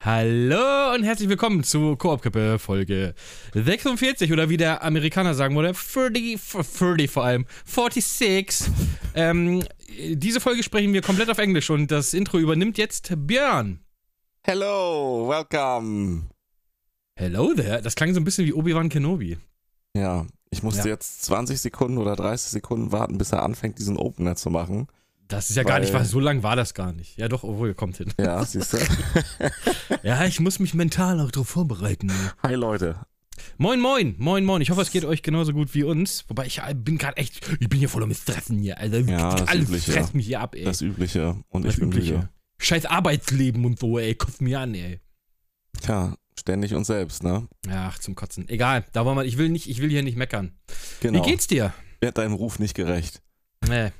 Hallo und herzlich willkommen zu Koop-Kippe Folge 46 oder wie der Amerikaner sagen würde, 30 vor allem, 46. Diese Folge sprechen wir komplett auf Englisch und das Intro übernimmt jetzt Björn. Hello, welcome. Hello there, das klang so ein bisschen wie Obi-Wan Kenobi. Ja, ich musste jetzt 20 Sekunden oder 30 Sekunden warten, bis er anfängt, diesen Opener zu machen. Das ist ja gar nicht, so lang war das gar nicht. Ja doch, obwohl, kommt hin. Ja, siehst du. Ja, ich muss mich mental auch darauf vorbereiten. Hi Leute. Moin, moin, moin, moin. Ich hoffe, es geht euch genauso gut wie uns. Wobei ich bin gerade echt, ich bin hier voll am Stressen hier. Also Ja, alles Übliche. stresst mich hier ab, ey. Das Übliche. Und Das ich bin Übliche. müde. Scheiß Arbeitsleben und so, ey. Kotzt mir an, ey. Tja, ständig uns selbst, ne? Ach, zum Kotzen. Egal, da wollen wir, ich will hier nicht meckern. Genau. Wie geht's dir? Werd deinem Ruf nicht gerecht. Nee,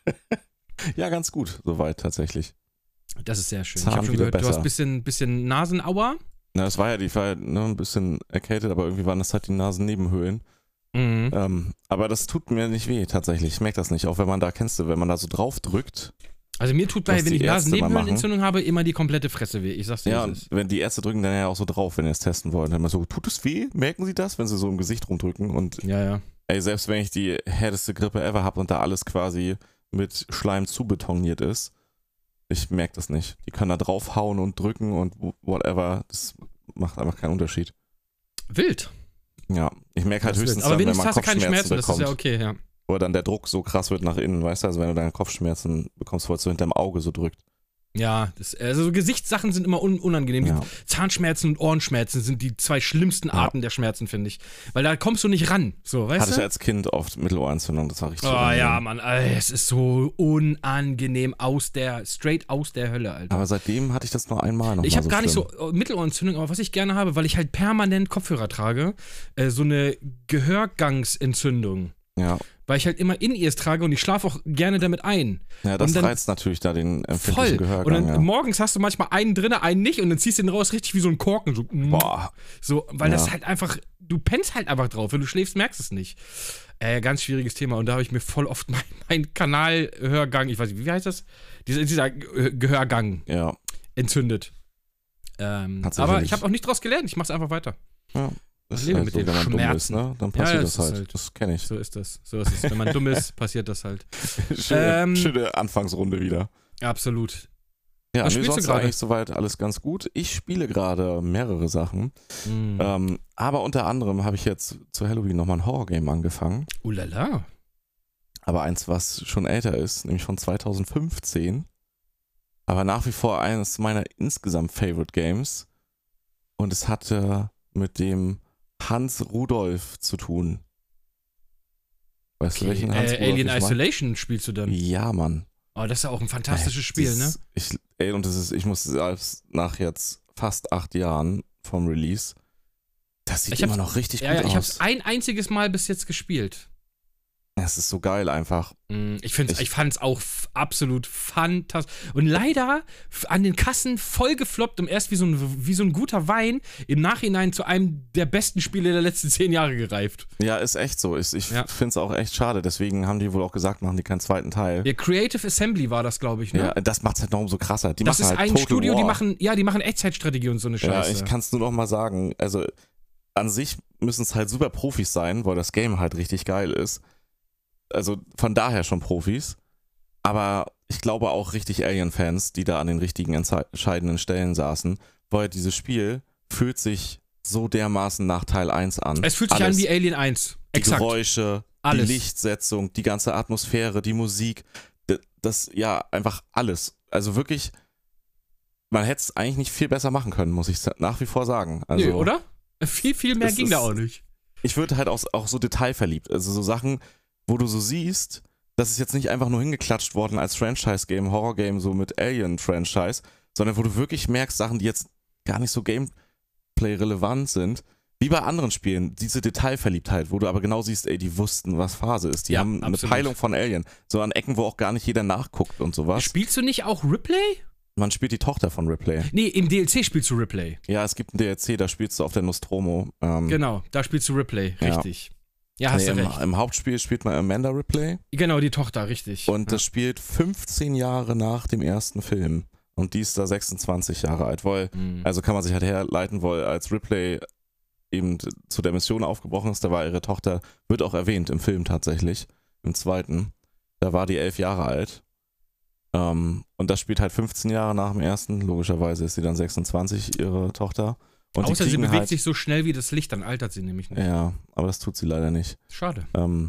Ja, ganz gut, soweit tatsächlich. das ist sehr schön. Zahn Ich habe schon wieder gehört, du hast besser. ein bisschen Nasenauer. Na, das war ja, die war ja, ne, ein bisschen erkältet, aber irgendwie waren das halt die Nasennebenhöhlen. Mhm. Aber das tut mir nicht weh, tatsächlich. Ich merke das nicht, auch wenn man da, kennst du, wenn man da so drauf drückt. Also mir tut Was wenn die ich Ärzte mal Nasennebenhöhlenentzündung habe, immer die komplette Fresse weh. Ich sag's dir, Ja, wie es und ist. wenn die Ärzte drücken dann ja auch so drauf, wenn ihr es testen wollt. Dann immer so, tut es weh? Merken sie das, wenn sie so im Gesicht rumdrücken? Und Ja, ja. ey, selbst wenn ich die härteste Grippe ever habe und da alles quasi mit Schleim zubetoniert ist, ich merke das nicht. Die können da draufhauen und drücken und whatever. Das macht einfach keinen Unterschied. Wild. Ja, ich merke halt Das ist höchstens wild. Aber dann, wenn wenigstens man hast du keine Kopfschmerzen Schmerzen, das ist bekommt. ja okay, ja. Oder dann der Druck so krass wird nach innen, weißt du? Also wenn du deine Kopfschmerzen bekommst, weil es so hinterm Auge so drückt. Ja, also so Gesichtssachen sind immer unangenehm. Ja. Zahnschmerzen und Ohrenschmerzen sind die zwei schlimmsten Arten der Schmerzen, finde ich. Weil da kommst du nicht ran, so, weißt Hatte ich du? als Kind oft Mittelohrentzündung, das war richtig Oh unangenehm. ja, Mann, es ist so unangenehm straight aus der Hölle, Alter. Aber seitdem hatte ich das nur einmal noch Ich mal habe so gar nicht schlimm. so Mittelohrentzündung, aber was ich gerne habe, weil ich halt permanent Kopfhörer trage, so eine Gehörgangsentzündung. Ja, Weil ich halt immer In-Ears trage und ich schlafe auch gerne damit ein. ja, das Und dann- reizt natürlich da den Voll. empfindlichen Und Gehörgang. dann Ja. morgens hast du manchmal einen drin, einen nicht und dann ziehst du den raus richtig wie so ein Korken. So, Boah, so, weil das Ja. halt einfach, du pennst halt einfach drauf. Wenn du schläfst, merkst du es nicht. Ganz schwieriges Thema. Und da habe ich mir voll oft mein Kanalhörgang, ich weiß nicht, wie heißt das? Dieser Gehörgang ja. entzündet. Tatsächlich. Aber ich habe auch nicht draus gelernt. Ich mach's einfach weiter. Ja. Das ist Lebe halt mit so, den wenn man dumm ist, Schmerzen. ne? Dann Ja, passiert das das ist halt. halt- Das kenne ich. So ist das. So ist es. Wenn man dumm ist, passiert das halt. Schöne Anfangsrunde wieder. Absolut. Ja, Was mir spielst du sonst gerade? eigentlich soweit alles ganz gut. Ich spiele gerade mehrere Sachen. Mhm. Aber unter anderem habe ich jetzt zu Halloween nochmal ein Horrorgame angefangen. Ulala. Aber eins, was schon älter ist, nämlich von 2015. Aber nach wie vor eines meiner insgesamt Favorite Games. Und es hatte mit dem Hans Rudolf zu tun. Weißt du, Okay. welchen Hans Rudolf Alien ich meine? Isolation spielst du dann? Ja, Mann. Oh, das ist ja auch ein fantastisches Spiel, ne? Ich muss selbst nach jetzt fast 8 Jahren vom Release, das sieht Ich hab's- immer noch richtig Ja, gut ich habe aus. es ein einziges Mal bis jetzt gespielt. Es ist so geil einfach. Ich fand es auch absolut fantastisch. Und leider an den Kassen voll gefloppt und erst wie so ein guter Wein im Nachhinein zu einem der besten Spiele der letzten 10 Jahre gereift. Ja, ist echt so. Ich Ja. finde es auch echt schade. Deswegen haben die wohl auch gesagt, machen die keinen zweiten Teil. Ja, Creative Assembly war das, glaube ich, ne? Ja, das macht es halt noch umso krasser. Die Das machen ist halt ein Total Studio, War. die machen Echtzeitstrategie und so eine Ja, Scheiße. ich kann es nur noch mal sagen. Also an sich müssen es halt super Profis sein, weil das Game halt richtig geil ist. Also von daher schon Profis. Aber ich glaube auch richtig Alien-Fans, die da an den richtigen entscheidenden Stellen saßen, weil dieses Spiel fühlt sich so dermaßen nach Teil 1 an. Es fühlt sich Alles. an wie Alien 1. Die Exakt. Geräusche, Alles. die Lichtsetzung, die ganze Atmosphäre, die Musik, das, ja, einfach alles. Also wirklich, man hätte es eigentlich nicht viel besser machen können, muss ich nach wie vor sagen. Also, Nö, oder? Viel mehr es ging ist- da auch nicht. Ich würde halt auch so detailverliebt, also so Sachen, wo du so siehst, das ist jetzt nicht einfach nur hingeklatscht worden als Franchise-Game, Horror-Game, so mit Alien-Franchise, sondern wo du wirklich merkst, Sachen, die jetzt gar nicht so Gameplay-relevant sind, wie bei anderen Spielen, diese Detailverliebtheit, wo du aber genau siehst, ey, die wussten, was Phase ist. Die Ja, haben absolut. eine Peilung von Alien. So an Ecken, wo auch gar nicht jeder nachguckt und sowas. Spielst du nicht auch Ripley? Man spielt die Tochter von Ripley. Nee, im DLC spielst du Ripley. Ja, es gibt ein DLC, da spielst du auf der Nostromo. Genau, da spielst du Ripley, Ja. richtig. Ja, hast du recht. Im Hauptspiel spielt man Amanda Ripley. Genau, die Tochter, richtig. Und das spielt 15 Jahre nach dem ersten Film. und die ist da 26 Jahre alt. Also kann man sich halt herleiten, weil als Ripley eben zu der Mission aufgebrochen ist, da war ihre Tochter, wird auch erwähnt im Film tatsächlich, im zweiten. Da war die 11 Jahre alt. Und das spielt halt 15 Jahre nach dem ersten. Logischerweise ist sie dann 26, ihre Tochter. Und außer sie bewegt halt, sich so schnell wie das Licht, dann altert sie nämlich nicht. Ja, aber das tut sie leider nicht. Schade.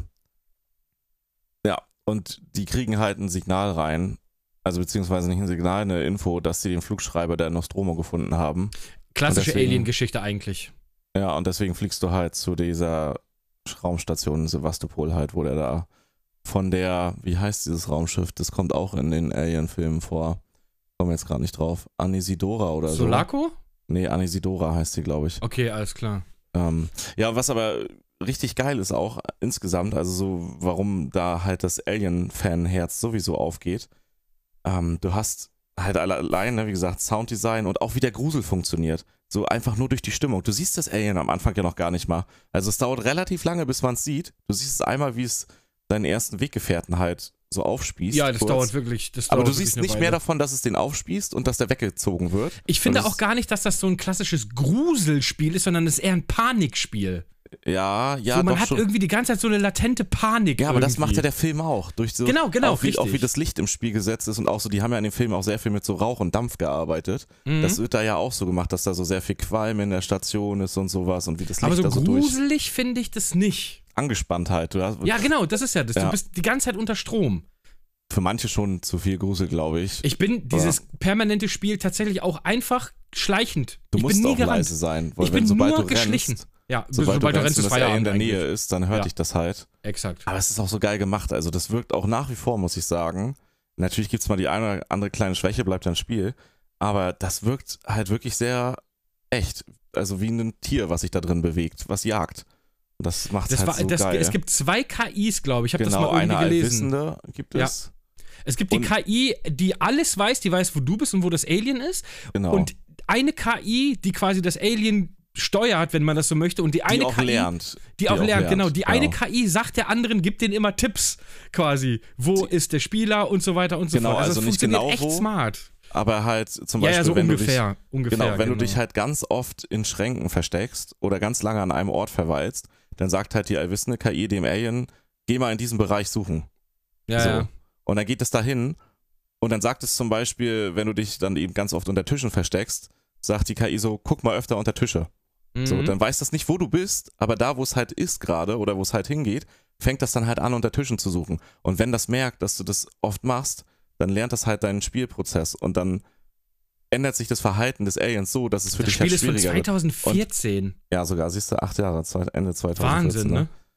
Ja, und die kriegen halt ein Signal rein, also beziehungsweise nicht ein Signal, eine Info, dass sie den Flugschreiber der Nostromo gefunden haben. Klassische Alien-Geschichte eigentlich. Ja, und deswegen fliegst du halt zu dieser Raumstation in Sevastopol halt, wo der da von der, wie heißt dieses Raumschiff, das kommt auch in den Alien-Filmen vor. Kommen wir jetzt gerade nicht drauf. Anisidora oder so. Sulaco? Nee, Anisidora heißt sie, glaube ich. Okay, alles klar. Ja, was aber richtig geil ist auch insgesamt, also so, warum da halt das Alien-Fan-Herz sowieso aufgeht. Du hast halt allein, ne, wie gesagt, Sounddesign und auch wie der Grusel funktioniert. So einfach nur durch die Stimmung. Du siehst das Alien am Anfang ja noch gar nicht mal. Also es dauert relativ lange, bis man es sieht. Du siehst es einmal, wie es deinen ersten Weggefährten halt so aufspießt. Ja, das dauert wirklich. Aber du siehst nicht mehr davon, dass es den aufspießt und dass der weggezogen wird. Ich finde auch gar nicht, dass das so ein klassisches Gruselspiel ist, sondern es ist eher ein Panikspiel. Ja, so, man doch hat schon. Irgendwie die ganze Zeit so eine latente Panik. Ja, aber das macht ja der Film auch. Durch so, genau, auch wie das Licht im Spiel gesetzt ist und auch so, die haben ja in dem Film auch sehr viel mit so Rauch und Dampf gearbeitet. Das wird da ja auch so gemacht, dass da so sehr viel Qualm in der Station ist und sowas und wie das Licht aber so da so gruselig finde ich das nicht. Angespanntheit. Ja, genau, das ist ja das. Ja. Du bist die ganze Zeit unter Strom. Für manche schon zu viel Grusel, glaube ich. Ich bin dieses permanente Spiel tatsächlich auch einfach schleichend. Du musst auch gerannt. Leise sein, weil ich bin sobald nur du geschlichen. Rennst, ja, sobald du rennst und das Alien in der eigentlich. Nähe ist, dann hört dich das halt. Exakt. Aber es ist auch so geil gemacht. Also das wirkt auch nach wie vor, muss ich sagen. Natürlich gibt es mal die eine oder andere kleine Schwäche, bleibt dann Spiel. Aber das wirkt halt wirklich sehr echt. Also wie ein Tier, was sich da drin bewegt, was jagt. Das macht es halt so geil. Es gibt 2 KIs, glaube ich. Ich habe das mal irgendwie eine gelesen. Allwissende gibt es. Ja. Es gibt die KI, die alles weiß, die weiß, wo du bist und wo das Alien ist. Genau. Und eine KI, die quasi das Alien steuert, wenn man das so möchte. Und die eine auch KI, lernt. Die auch lernt, genau. Die eine KI sagt der anderen, gibt denen immer Tipps quasi. Wo ist der Spieler und so weiter und so fort. Also das nicht funktioniert genau echt wo, smart. Aber halt zum Beispiel, ja, so wenn ungefähr. Wenn du dich halt ganz oft in Schränken versteckst oder ganz lange an einem Ort verweilst, dann sagt halt die allwissende KI dem Alien, geh mal in diesem Bereich suchen. Ja, so. ja. Und dann geht es dahin und dann sagt es zum Beispiel, wenn du dich dann eben ganz oft unter Tischen versteckst, sagt die KI so, guck mal öfter unter Tische. So, dann weiß das nicht, wo du bist, aber da, wo es halt ist gerade oder wo es halt hingeht, fängt das dann halt an, unter Tischen zu suchen. Und wenn das merkt, dass du das oft machst, dann lernt das halt deinen Spielprozess und dann ändert sich das Verhalten des Aliens so, dass es für dich halt schwieriger wird. Das Spiel ist von 2014. Ja, sogar, siehst du, 8 Jahre, Ende 2014. Wahnsinn,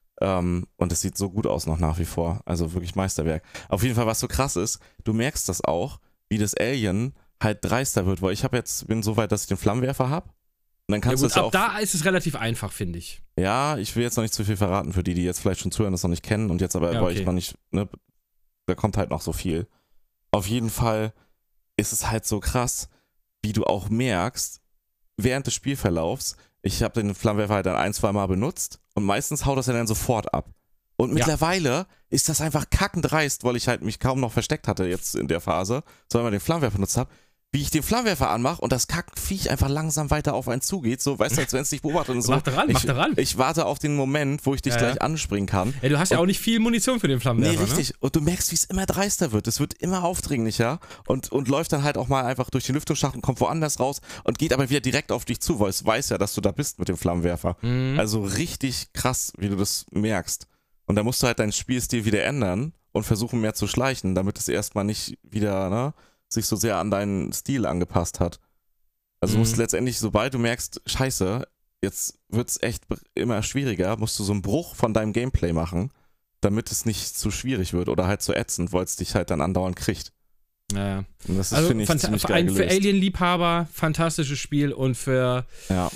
ne? Und es sieht so gut aus noch nach wie vor. Also wirklich Meisterwerk. Auf jeden Fall, was so krass ist, du merkst das auch, wie das Alien halt dreister wird, weil ich bin so weit, dass ich den Flammenwerfer habe. Und dann kannst du das ab da ist es relativ einfach, finde ich. Ja, ich will jetzt noch nicht zu viel verraten für die jetzt vielleicht schon zuhören, das noch nicht kennen und jetzt aber, weil ich noch nicht, ne, da kommt halt noch so viel. Auf jeden Fall ist es halt so krass, wie du auch merkst, während des Spielverlaufs, ich habe den Flammenwerfer halt dann 1-2 Mal benutzt und meistens haut das dann sofort ab. Und mittlerweile ist das einfach kackendreist, weil ich halt mich kaum noch versteckt hatte jetzt in der Phase, sondern den Flammenwerfer benutzt habe, wie ich den Flammenwerfer anmache und das Kackviech einfach langsam weiter auf einen zugeht, so, weißt du, als wenn es dich beobachtet und so. Mach daran. Ich warte auf den Moment, wo ich dich gleich anspringen kann. Ja, du hast ja auch nicht viel Munition für den Flammenwerfer, nee, richtig. Ne? Und du merkst, wie es immer dreister wird. Es wird immer aufdringlicher und läuft dann halt auch mal einfach durch den Lüftungsschacht und kommt woanders raus und geht aber wieder direkt auf dich zu, weil es weiß ja, dass du da bist mit dem Flammenwerfer. Also richtig krass, wie du das merkst. Und da musst du halt deinen Spielstil wieder ändern und versuchen, mehr zu schleichen, damit es erstmal nicht wieder, ne, sich so sehr an deinen Stil angepasst hat. Also du musst letztendlich, sobald du merkst, scheiße, jetzt wird's echt immer schwieriger, musst du so einen Bruch von deinem Gameplay machen, damit es nicht zu schwierig wird oder halt zu ätzend, weil es dich halt dann andauernd kriegt. Ja. Und das ist, also, finde ich, ziemlich geil gelöst. Für Alien-Liebhaber fantastisches Spiel und für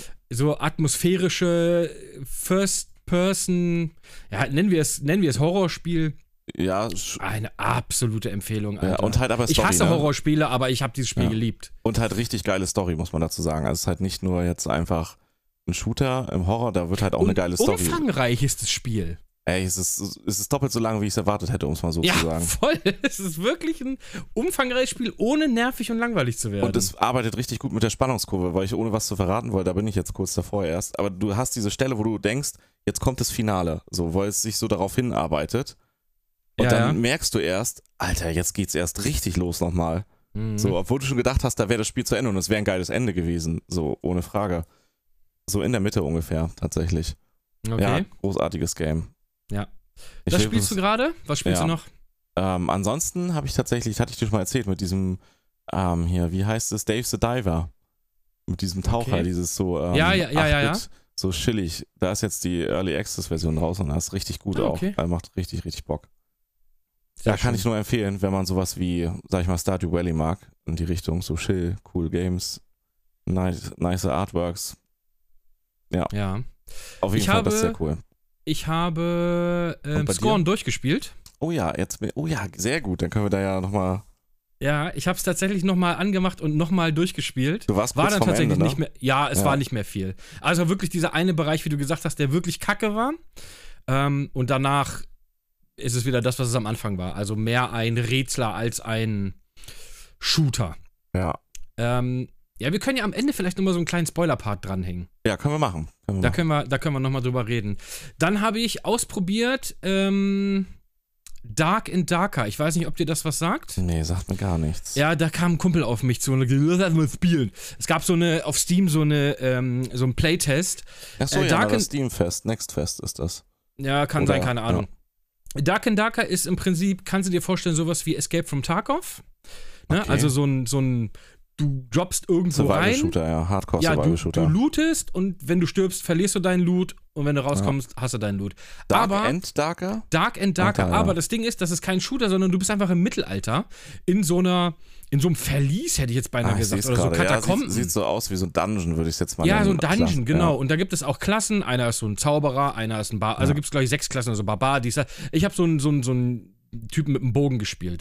so atmosphärische First-Person, nennen wir es Horrorspiel. Ja, eine absolute Empfehlung, Alter. Ja, und halt aber Story, ich hasse Horrorspiele, aber ich habe dieses Spiel geliebt. Und halt richtig geile Story, muss man dazu sagen. Also es ist halt nicht nur jetzt einfach ein Shooter im Horror, da wird halt auch eine geile Story. Umfangreich ist das Spiel. Ey, es ist doppelt so lang, wie ich es erwartet hätte, um es mal so zu Ja, sagen. voll. Es ist wirklich ein umfangreiches Spiel, ohne nervig und langweilig zu werden. Und es arbeitet richtig gut mit der Spannungskurve, weil ich ohne was zu verraten wollte, da bin ich jetzt kurz davor erst. Aber du hast diese Stelle, wo du denkst, jetzt kommt das Finale, so, weil es sich so darauf hinarbeitet. Und Ja, dann ja. merkst du erst, Alter, jetzt geht's erst richtig los nochmal. Mhm. So, obwohl du schon gedacht hast, da wäre das Spiel zu Ende und es wäre ein geiles Ende gewesen, so, ohne Frage. So in der Mitte ungefähr, tatsächlich. Okay. Ja, großartiges Game. Ja. Ich Das will- spielst du gerade? Was spielst Ja. du noch? Ansonsten habe ich tatsächlich, hatte ich dir schon mal erzählt, mit diesem, hier, wie heißt es, Dave the Diver. Mit diesem Taucher, Okay. dieses so, Ja. 8-Bit, so chillig. Da ist jetzt die Early Access Version raus und das ist richtig gut auch. Okay. Macht richtig, richtig Bock. Sehr Ja, kann schön. ich nur empfehlen, wenn man sowas wie, sag ich mal, Stardew Valley mag, in die Richtung, so chill, cool Games, nice Artworks. Ja. Auf jeden Ich Fall, das ist habe- sehr cool. Ich habe Und bei Scorn dir? durchgespielt. Oh ja, sehr gut, dann können wir da ja nochmal, Ja, ich habe es tatsächlich nochmal angemacht und nochmal durchgespielt. du warst War kurz dann vorm tatsächlich Ende, ne? nicht mehr. Ja, es Ja. war nicht mehr viel. Also wirklich dieser eine Bereich, wie du gesagt hast, der wirklich kacke war. Und danach ist es wieder das, was es am Anfang war. Also mehr ein Rätsler als ein Shooter. Ja. Ja, wir können ja am Ende vielleicht nochmal so einen kleinen Spoiler-Part dranhängen. Ja, können wir machen. Da können wir nochmal drüber reden. Dann habe ich ausprobiert Dark and Darker. Ich weiß nicht, ob dir das was sagt. Nee, sagt mir gar nichts. Ja, da kam ein Kumpel auf mich zu und gesagt, lass mal spielen. Es gab auf Steam so einen Playtest. Achso, ja, Dark das and- Steamfest, Nextfest ist das. Ja, kann Oder- sein, keine Ahnung. Dark and Darker ist im Prinzip, kannst du dir vorstellen, sowas wie Escape from Tarkov. Ne? Okay. Also so ein, du droppst irgendwo rein. Survival-Shooter, ja, Ja, Hardcore-Survival-Shooter. du lootest und wenn du stirbst, verlierst du deinen Loot und wenn du rauskommst, hast du deinen Loot. Dark aber and Darker? Dark and Darker, Alter, ja. aber das Ding ist, das ist kein Shooter, sondern du bist einfach im Mittelalter in so einem Verlies, hätte ich jetzt beinahe Ich gesagt, seh's oder so gerade. Katakomben. Ja, sieht so aus wie so ein Dungeon, würde ich es jetzt mal Ja, so nennen. ein Dungeon, Klar, genau. ja. Und da gibt es auch Klassen. Einer ist so ein Zauberer, einer ist ein Barbar. Also gibt es, glaube ich, 6 Klassen, also Barbar, dieser. Ich habe so einen Typen mit einem Bogen gespielt.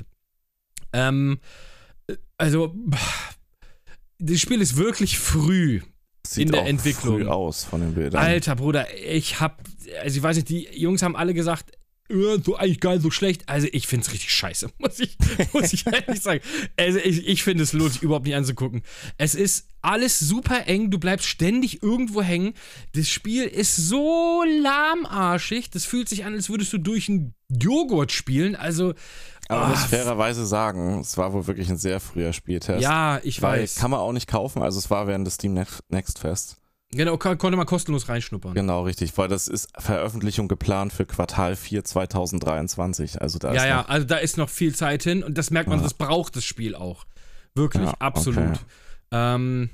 Also, das Spiel ist wirklich früh. Sieht in der auch Entwicklung. früh aus von den Bildern. Alter, Bruder, ich weiß nicht, die Jungs haben alle gesagt, so eigentlich geil, so schlecht. Also ich find's richtig scheiße, muss ich ehrlich sagen. Also ich finde, es lohnt sich überhaupt nicht anzugucken. Es ist alles super eng, du bleibst ständig irgendwo hängen. Das Spiel ist so lahmarschig, das fühlt sich an, als würdest du durch einen Joghurt spielen. Also, Aber man muss fairerweise sagen, es war wohl wirklich ein sehr früher Spieltest. ja, ich Weil weiß. kann man auch nicht kaufen, also es war während des Steam Next Fest. Genau, konnte man kostenlos reinschnuppern. Genau, richtig, weil das ist Veröffentlichung geplant für Quartal 4 2023. Also da ist Ja, noch, also da ist noch viel Zeit hin und das merkt man, Ja. das braucht das Spiel auch. Wirklich, Ja, absolut. okay.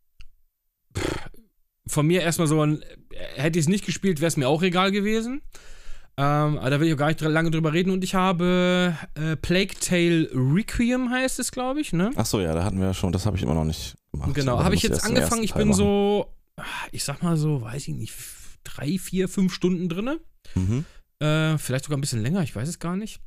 Von mir erstmal hätte ich es nicht gespielt, wäre es mir auch egal gewesen. Aber da will ich auch gar nicht lange drüber reden. Und ich habe Plague Tale Requiem heißt es, glaube ich, ne? Achso, ja, da hatten wir ja schon, das habe ich immer noch nicht gemacht. Genau, Aber habe du ich musst jetzt erst den angefangen. ersten Ich Teil bin machen. so, ich sag mal so, weiß ich nicht, 3, 4, 5 Stunden drinne. Mhm. Vielleicht sogar ein bisschen länger, ich weiß es gar nicht.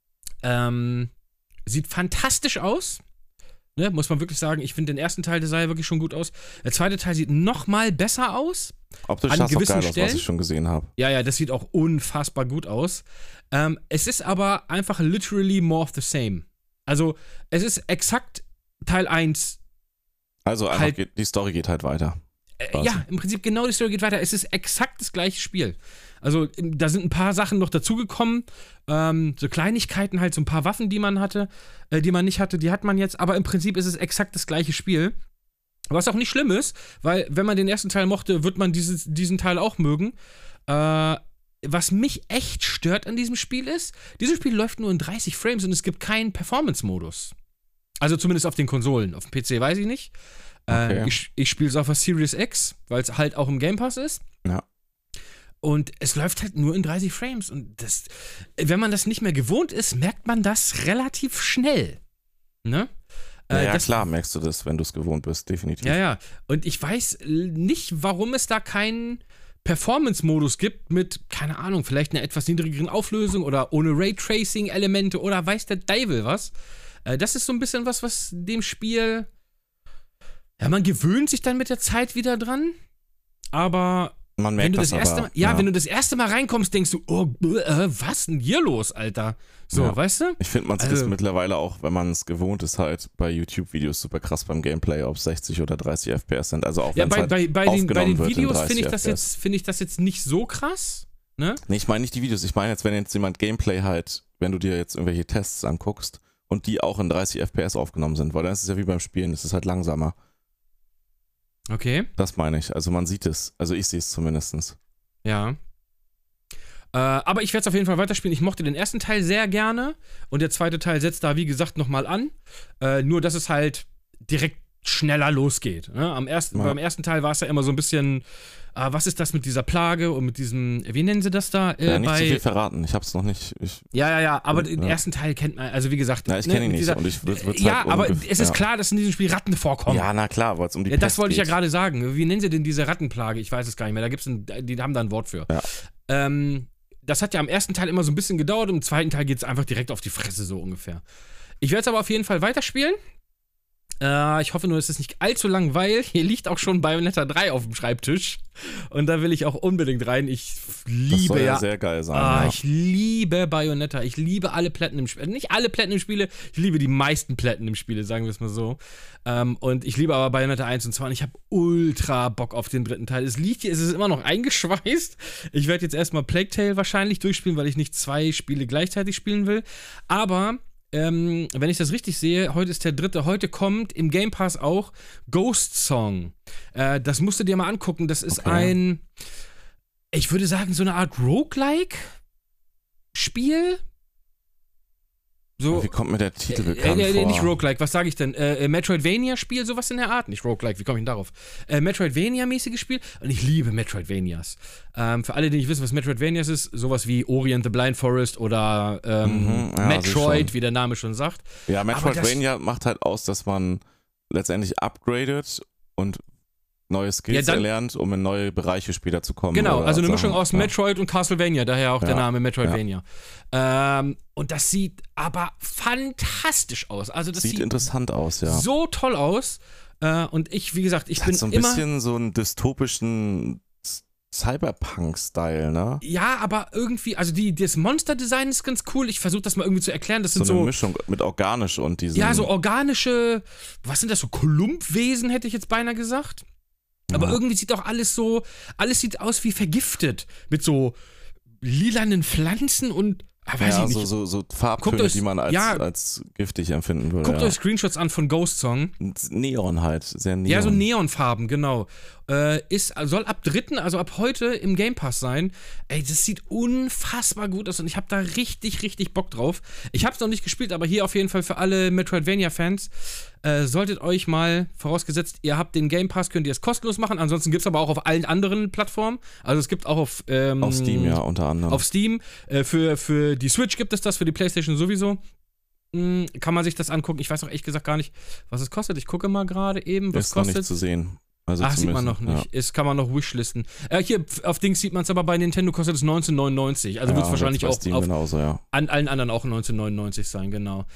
Sieht fantastisch aus. Ne, muss man wirklich sagen, ich finde den ersten Teil, der sah ja wirklich schon gut aus. Der zweite Teil sieht noch mal besser aus. Optisch an sah es auch gewissen geil aus, was Stellen. ich schon gesehen habe. Ja, das sieht auch unfassbar gut aus. Es ist aber einfach literally more of the same. Also, es ist exakt Teil 1. Also einfach Halt- die Story geht halt weiter. quasi. Ja, im Prinzip genau die Story geht weiter. Es ist exakt das gleiche Spiel. Also, da sind ein paar Sachen noch dazugekommen. So Kleinigkeiten halt, so ein paar Waffen, die man hatte, die man nicht hatte, die hat man jetzt. Aber im Prinzip ist es exakt das gleiche Spiel. Was auch nicht schlimm ist, weil wenn man den ersten Teil mochte, wird man diesen Teil auch mögen. Was mich echt stört an diesem Spiel ist, dieses Spiel läuft nur in 30 Frames und es gibt keinen Performance-Modus. Also zumindest auf den Konsolen. Auf dem PC weiß ich nicht. Okay. Ich spiele es auf der Series X, weil es halt auch im Game Pass ist. Ja. Und es läuft halt nur in 30 Frames. Und wenn man das nicht mehr gewohnt ist, merkt man das relativ schnell. Ne? Ja, klar, merkst du das, wenn du es gewohnt bist, definitiv. Ja. Und ich weiß nicht, warum es da keinen Performance-Modus gibt mit, keine Ahnung, vielleicht einer etwas niedrigeren Auflösung oder ohne Raytracing-Elemente oder weiß der Teufel was. Das ist so ein bisschen was dem Spiel. Ja, man gewöhnt sich dann mit der Zeit wieder dran. Aber Man merkt das erste aber. Mal, ja, wenn du das erste Mal reinkommst, denkst du, oh, was ist denn hier los, Alter? So, Ja. weißt du? Ich finde, man sieht das mittlerweile auch, wenn man es gewohnt ist, halt bei YouTube-Videos super krass beim Gameplay, ob 60 oder 30 FPS sind. Also auch Ja, wenn bei den wird in Videos 30 finde ich das jetzt nicht so krass. Ne? Nee, ich meine nicht die Videos. Ich meine jetzt, wenn jetzt jemand Gameplay halt, wenn du dir jetzt irgendwelche Tests anguckst und die auch in 30 FPS aufgenommen sind, weil dann ist es ja wie beim Spielen, es ist halt langsamer. Okay. Das meine ich. Also man sieht es. Also ich sehe es zumindest. Ja. Aber ich werde es auf jeden Fall weiterspielen. Ich mochte den ersten Teil sehr gerne und der zweite Teil setzt da, wie gesagt, nochmal an. Nur, dass es halt direkt schneller losgeht. Ne? Beim ersten Teil war es ja immer so ein bisschen, was ist das mit dieser Plage und mit diesem, wie nennen sie das da? Ja, nicht zu viel verraten. Ich hab's noch nicht. Ja, aber den ersten Teil kennt man, also wie gesagt. Ja, ich kenne ihn nicht. Und ich würd's ja, halt aber es ist klar, dass in diesem Spiel Ratten vorkommen. Ja, na klar, weil es um die Pest das Pest wollte ich ja geht. gerade sagen. Wie nennen sie denn diese Rattenplage? Ich weiß es gar nicht mehr. Die haben da ein Wort für. Ja. Das hat ja am ersten Teil immer so ein bisschen gedauert, im zweiten Teil geht es einfach direkt auf die Fresse, so ungefähr. Ich werde es aber auf jeden Fall weiterspielen. Ich hoffe nur, es ist nicht allzu lang, weil hier liegt auch schon Bayonetta 3 auf dem Schreibtisch. Und da will ich auch unbedingt rein. Ich liebe das soll ja sehr geil sein. Ja. Ich liebe Bayonetta. Ich liebe alle Platinum-Spiele. Nicht alle Platinum-Spiele, ich liebe die meisten Platinum-Spiele, sagen wir es mal so. Und ich liebe aber Bayonetta 1 und 2 und ich habe ultra Bock auf den dritten Teil. Es liegt hier, es ist immer noch eingeschweißt. Ich werde jetzt erstmal Plague Tale wahrscheinlich durchspielen, weil ich nicht 2 Spiele gleichzeitig spielen will. Aber wenn ich das richtig sehe, heute ist der 3. Heute kommt im Game Pass auch Ghost Song. Das musst du dir mal angucken. Das ist ein, ich würde sagen, so eine Art Roguelike-Spiel. So, wie kommt mir der Titel bekannt vor? Nicht Roguelike, was sage ich denn? Metroidvania-Spiel, sowas in der Art. Nicht Roguelike, wie komme ich denn darauf? Metroidvania-mäßiges Spiel. Und ich liebe Metroidvanias. Für alle, die nicht wissen, was Metroidvanias ist, sowas wie Ori and the Blind Forest oder Metroid, wie der Name schon sagt. Ja, Metroidvania macht halt aus, dass man letztendlich upgradet und neue Skills erlernt, um in neue Bereiche später zu kommen. Genau, also eine Sachen. Mischung aus Metroid und Castlevania, daher auch der Name Metroidvania. Und das sieht aber fantastisch aus. Also das sieht interessant aus, ja. So toll aus. Und ich, wie gesagt, ich bin so ein immer bisschen so einen dystopischen Cyberpunk-Style, ne? Ja, aber irgendwie, also das Monster-Design ist ganz cool. Ich versuche das mal irgendwie zu erklären. Das sind so eine Mischung mit organisch und diesen... Ja, so organische, was sind das, so Klumpwesen, hätte ich jetzt beinahe gesagt. Aber irgendwie sieht auch alles sieht aus wie vergiftet. Mit so lilanen Pflanzen und, weiß ich nicht. So Farbtöne, die man als giftig empfinden würde. Guckt euch Screenshots an von Ghost Song. Neon halt, sehr neon. Ja, so Neonfarben, genau. Soll ab 3., also ab heute im Game Pass sein. Ey, das sieht unfassbar gut aus und ich habe da richtig, richtig Bock drauf. Ich habe es noch nicht gespielt, aber hier auf jeden Fall für alle Metroidvania-Fans solltet euch mal, vorausgesetzt, ihr habt den Game Pass, könnt ihr es kostenlos machen. Ansonsten gibt es aber auch auf allen anderen Plattformen. Also es gibt auch auf Steam, ja, unter anderem. Auf Steam. Für die Switch gibt es das, für die PlayStation sowieso. Kann man sich das angucken. Ich weiß auch ehrlich gesagt gar nicht, was es kostet. Ich gucke mal gerade eben, was ist kostet. Noch nicht zu sehen. Also sieht man noch nicht. Ja. Kann man noch wishlisten. Hier auf Dings sieht man es, aber bei Nintendo kostet es 19,99. Also wird es wahrscheinlich auch genauso, an allen anderen auch 19,99 sein, genau.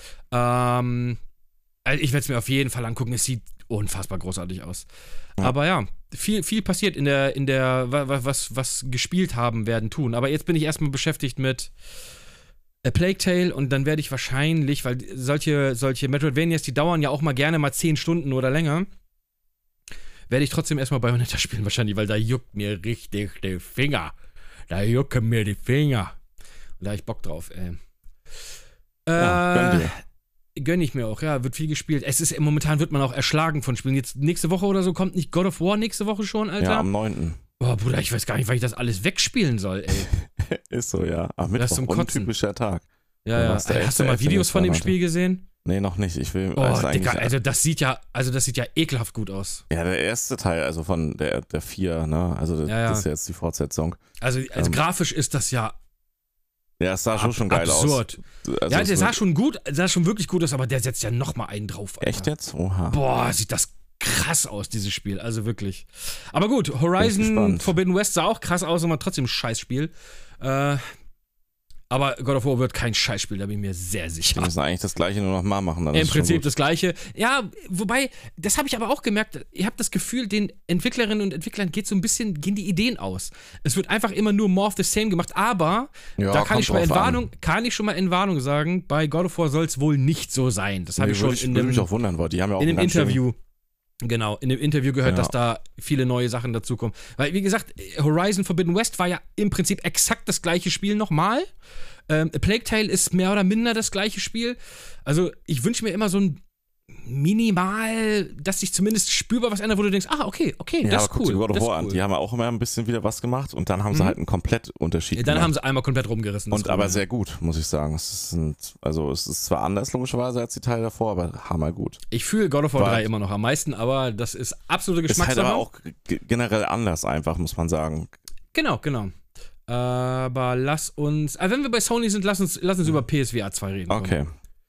Ich werde es mir auf jeden Fall angucken. Es sieht unfassbar großartig aus. Ja. Aber ja, viel passiert in der was gespielt haben werden tun. Aber jetzt bin ich erstmal beschäftigt mit A Plague Tale und dann werde ich wahrscheinlich, weil solche Metroidvanias, die dauern ja auch mal gerne mal 10 Stunden oder länger, werde ich trotzdem erstmal Bayonetta spielen wahrscheinlich, weil da juckt mir richtig die Finger. Da jucken mir die Finger. Und da habe ich Bock drauf, ey. Gönn ich mir auch, ja, wird viel gespielt. Momentan wird man auch erschlagen von Spielen. Jetzt nächste Woche oder so kommt nicht God of War nächste Woche schon, Alter? Ja, am 9. Boah, Bruder, ich weiß gar nicht, weil ich das alles wegspielen soll, ey. Ist so, ja. Am Mittwoch, untypischer Tag. Ja. Hast du mal Videos von dem Spiel gesehen? Nee, noch nicht. Ich will Digga, also das sieht ja ekelhaft gut aus. Ja, der erste Teil, also von der 4, ne? Also das ist jetzt die Fortsetzung. Also grafisch ist das ja. Ja, es sah schon geil absurd. Aus. Also ja, der sah schon wirklich gut aus, aber der setzt ja nochmal einen drauf, Alter. Echt jetzt? Oha. Boah, sieht das krass aus, dieses Spiel. Also wirklich. Aber gut, Horizon Forbidden West sah auch krass aus, aber trotzdem ein Scheißspiel. Aber God of War wird kein Scheißspiel, da bin ich mir sehr Die sicher. müssen eigentlich das Gleiche nur noch mal machen. Dann Im ist schon Prinzip gut. das Gleiche. Ja, wobei, das habe ich aber auch gemerkt, ich habe das Gefühl, den Entwicklerinnen und Entwicklern gehen die Ideen aus. Es wird einfach immer nur more of the same gemacht, aber Ja, da kann kommt ich, schon mal drauf in Warnung sagen, bei God of War soll es wohl nicht so sein. Das habe ich schon würde mich auch wundern, weil die haben ja auch in dem ganz schön- Interview. Genau, in dem Interview gehört, Ja. dass da viele neue Sachen dazukommen. Weil, wie gesagt, Horizon Forbidden West war ja im Prinzip exakt das gleiche Spiel nochmal. A Plague Tale ist mehr oder minder das gleiche Spiel. Also, ich wünsche mir immer so ein minimal, dass sich zumindest spürbar was ändert, wo du denkst, okay, Ja, das aber ist guck cool. dir God of das ist War an. cool. Die haben ja auch immer ein bisschen wieder was gemacht und dann haben sie halt einen komplett Unterschied Dann gemacht. haben sie einmal komplett rumgerissen. das Und aber Coole. sehr gut, muss ich sagen. Es ist zwar anders logischerweise als die Teile davor, aber hammergut. Ich fühle God of War War- 3 immer noch am meisten, aber das ist absolute Ist halt Geschmackssache. aber auch generell anders einfach, muss man sagen. Genau. Aber lass uns, wenn wir bei Sony sind, lass uns über PSVR 2 reden. Okay.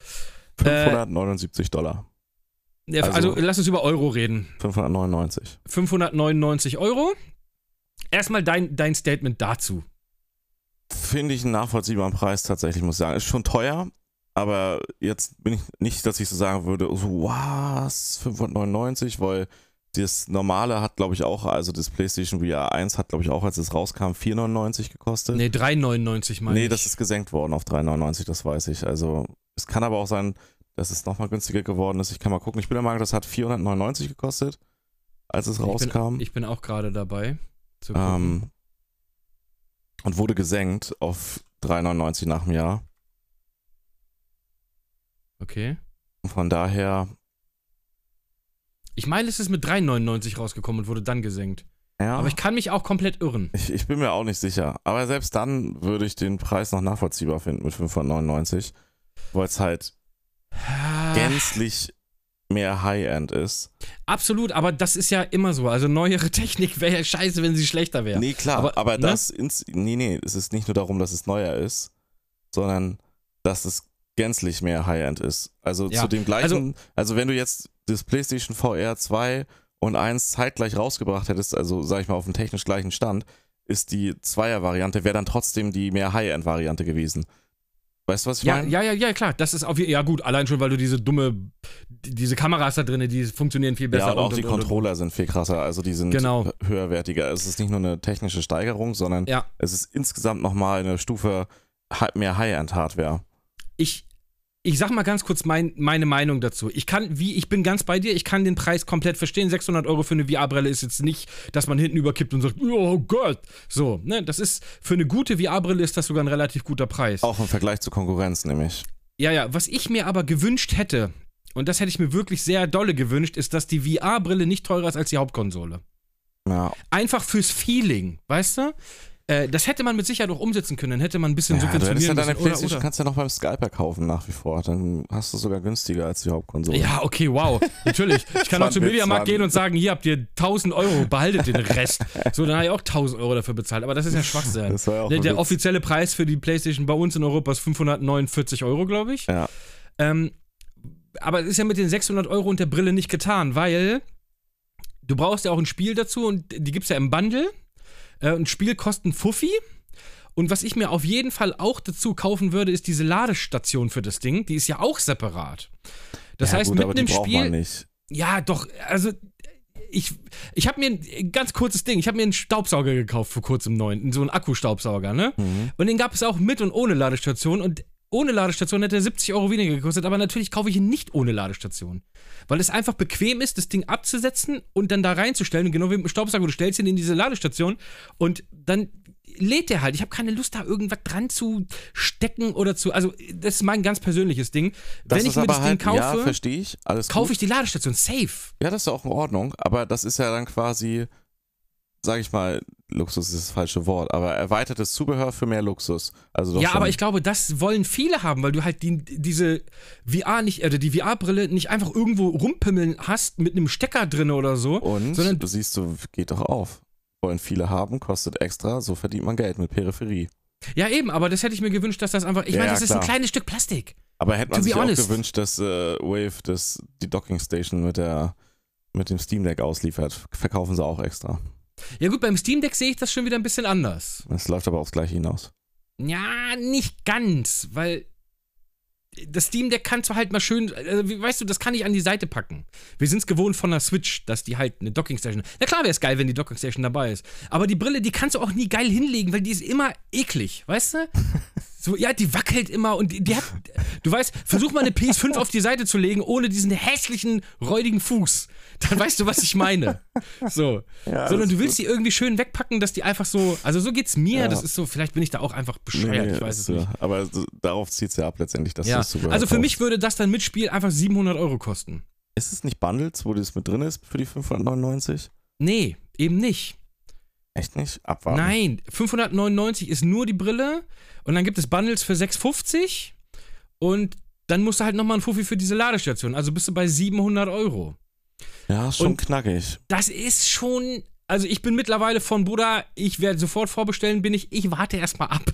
$579. Ja, also lass uns über Euro reden. 599. 599 Euro. Erstmal dein Statement dazu. Finde ich einen nachvollziehbaren Preis tatsächlich, muss ich sagen. Ist schon teuer, aber jetzt bin ich nicht, dass ich so sagen würde, so was, 599, weil das normale hat, glaube ich, auch, also das PlayStation VR 1 hat, glaube ich, auch, als es rauskam, 4,99 gekostet. Nee, 3,99 meine ich. Nee, das ist gesenkt worden auf 3,99, das weiß ich. Also es kann aber auch sein, dass es nochmal günstiger geworden ist. Ich kann mal gucken. Ich bin der Meinung, das hat 499 gekostet, als es rauskam. Ich bin auch gerade dabei zu gucken. Und wurde gesenkt auf 3,99 nach dem Jahr. Okay. Und von daher, Ich meine, es ist mit 3,99 rausgekommen und wurde dann gesenkt. ja. Aber ich kann mich auch komplett irren. Ich bin mir auch nicht sicher. Aber selbst dann würde ich den Preis noch nachvollziehbar finden mit 599, weil es halt gänzlich mehr High-End ist. Absolut, aber das ist ja immer so. Also neuere Technik wäre ja scheiße, wenn sie schlechter wäre. Nee, klar, aber ne? es ist nicht nur darum, dass es neuer ist, sondern dass es gänzlich mehr High-End ist. Also Ja, zu dem gleichen, also wenn du jetzt das PlayStation VR 2 und 1 zeitgleich rausgebracht hättest, also sag ich mal auf dem technisch gleichen Stand, ist die Zweier-Variante, wäre dann trotzdem die mehr High-End-Variante gewesen. Weißt du, was ich meine? Ja, klar. Das ist ja gut, allein schon, weil du diese Kameras da drin, die funktionieren viel besser. Ja, und auch die Controller sind viel krasser, also die sind Genau. höherwertiger. Es ist nicht nur eine technische Steigerung, sondern Ja. es ist insgesamt nochmal eine Stufe mehr High-End-Hardware. Ich sag mal ganz kurz meine Meinung dazu. Ich bin ganz bei dir, ich kann den Preis komplett verstehen. 600 Euro für eine VR-Brille ist jetzt nicht, dass man hinten überkippt und sagt, oh Gott. So, ne, das ist, für eine gute VR-Brille ist das sogar ein relativ guter Preis. Auch im Vergleich zur Konkurrenz nämlich. Ja, was ich mir aber gewünscht hätte, und das hätte ich mir wirklich sehr dolle gewünscht, ist, dass die VR-Brille nicht teurer ist als die Hauptkonsole. Ja. Einfach fürs Feeling, weißt du? Das hätte man mit Sicherheit auch umsetzen können, dann hätte man ein bisschen Ja, du hättest ja subventionieren deine müssen. PlayStation kannst ja noch beim Scalper kaufen nach wie vor. Dann hast du es sogar günstiger als die Hauptkonsole. Ja, okay, wow. Natürlich. Ich kann auch zum Mediamarkt gehen und sagen, hier habt ihr 1000 Euro, behaltet den Rest. So, dann habe ich auch 1000 Euro dafür bezahlt. Aber das ist ja Schwachsinn. Das war ja auch Der ein Witz. offizielle Preis für die PlayStation bei uns in Europa ist 549 Euro, glaube ich. Ja. Aber es ist ja mit den 600 Euro und der Brille nicht getan, weil du brauchst ja auch ein Spiel dazu und die gibt es ja im Bundle. Ein Spiel kostet ein Fuffi. Und was ich mir auf jeden Fall auch dazu kaufen würde, ist diese Ladestation für das Ding. Die ist ja auch separat. Das heißt, gut, mit aber die einem braucht Spiel. man nicht. Ja, doch, also ich habe mir ein ganz kurzes Ding, ich habe mir einen Staubsauger gekauft vor kurzem neuen, so einen Akkustaubsauger, ne? Und den gab es auch mit und ohne Ladestation und ohne Ladestation hätte er 70 Euro weniger gekostet, aber natürlich kaufe ich ihn nicht ohne Ladestation. Weil es einfach bequem ist, das Ding abzusetzen und dann da reinzustellen. Und genau wie mit dem Staubsauger, du stellst ihn in diese Ladestation und dann lädt der halt. Ich habe keine Lust, da irgendwas dran zu stecken oder zu. Also, das ist mein ganz persönliches Ding. Das Wenn ich ist mir aber das halt, Ding kaufe, ja, verstehe ich, alles kaufe gut. ich die Ladestation safe. Ja, das ist ja auch in Ordnung, aber das ist ja dann quasi, sag ich mal, Luxus ist das falsche Wort, aber erweitertes Zubehör für mehr Luxus. Also doch Ja, schon. aber ich glaube, das wollen viele haben, weil du halt diese VR nicht, die VR-Brille nicht einfach irgendwo rumpimmeln hast mit einem Stecker drin oder so. Und sondern du siehst, so geht doch auf. Wollen viele haben, kostet extra, so verdient man Geld mit Peripherie. Ja, eben, aber das hätte ich mir gewünscht, dass das einfach. Ich Ja, meine, ja, das ist ein klar. kleines Stück Plastik. Aber hätte man To be sich auch honest. gewünscht, dass Wave die Docking Station mit dem Steam Deck ausliefert. Verkaufen sie auch extra. Ja, gut, beim Steam Deck sehe ich das schon wieder ein bisschen anders. Das läuft aber aufs Gleiche hinaus. Ja, nicht ganz, weil das Steam Deck kann zwar halt mal schön, weißt du, das kann ich an die Seite packen. Wir sind es gewohnt von der Switch, dass die halt eine Dockingstation. Na klar wäre es geil, wenn die Dockingstation dabei ist. Aber die Brille, die kannst du auch nie geil hinlegen, weil die ist immer eklig, weißt du? So, ja, die wackelt immer und die hat, du weißt, versuch mal eine PS5 auf die Seite zu legen, ohne diesen hässlichen, räudigen Fuß. Dann weißt du, was ich meine. So. Ja, sondern du willst die irgendwie schön wegpacken, dass die einfach so, also so geht's mir, das ist so, vielleicht bin ich da auch einfach bescheuert, ich weiß es nicht. Aber darauf zieht es ja ab letztendlich, dass du es sogar also für mich würde das dann mit Spiel einfach 700 € kosten. Ist es nicht Bundles, wo das mit drin ist für die 599? Nee, eben nicht. Echt nicht? Abwarten. Nein, 599 ist nur die Brille und dann gibt es Bundles für 650 und dann musst du halt nochmal ein Fuffi für diese Ladestation, also bist du bei 700 €. Ja, schon knackig. Das ist schon, also ich bin mittlerweile von Bruder, ich werde sofort vorbestellen, ich warte erstmal ab.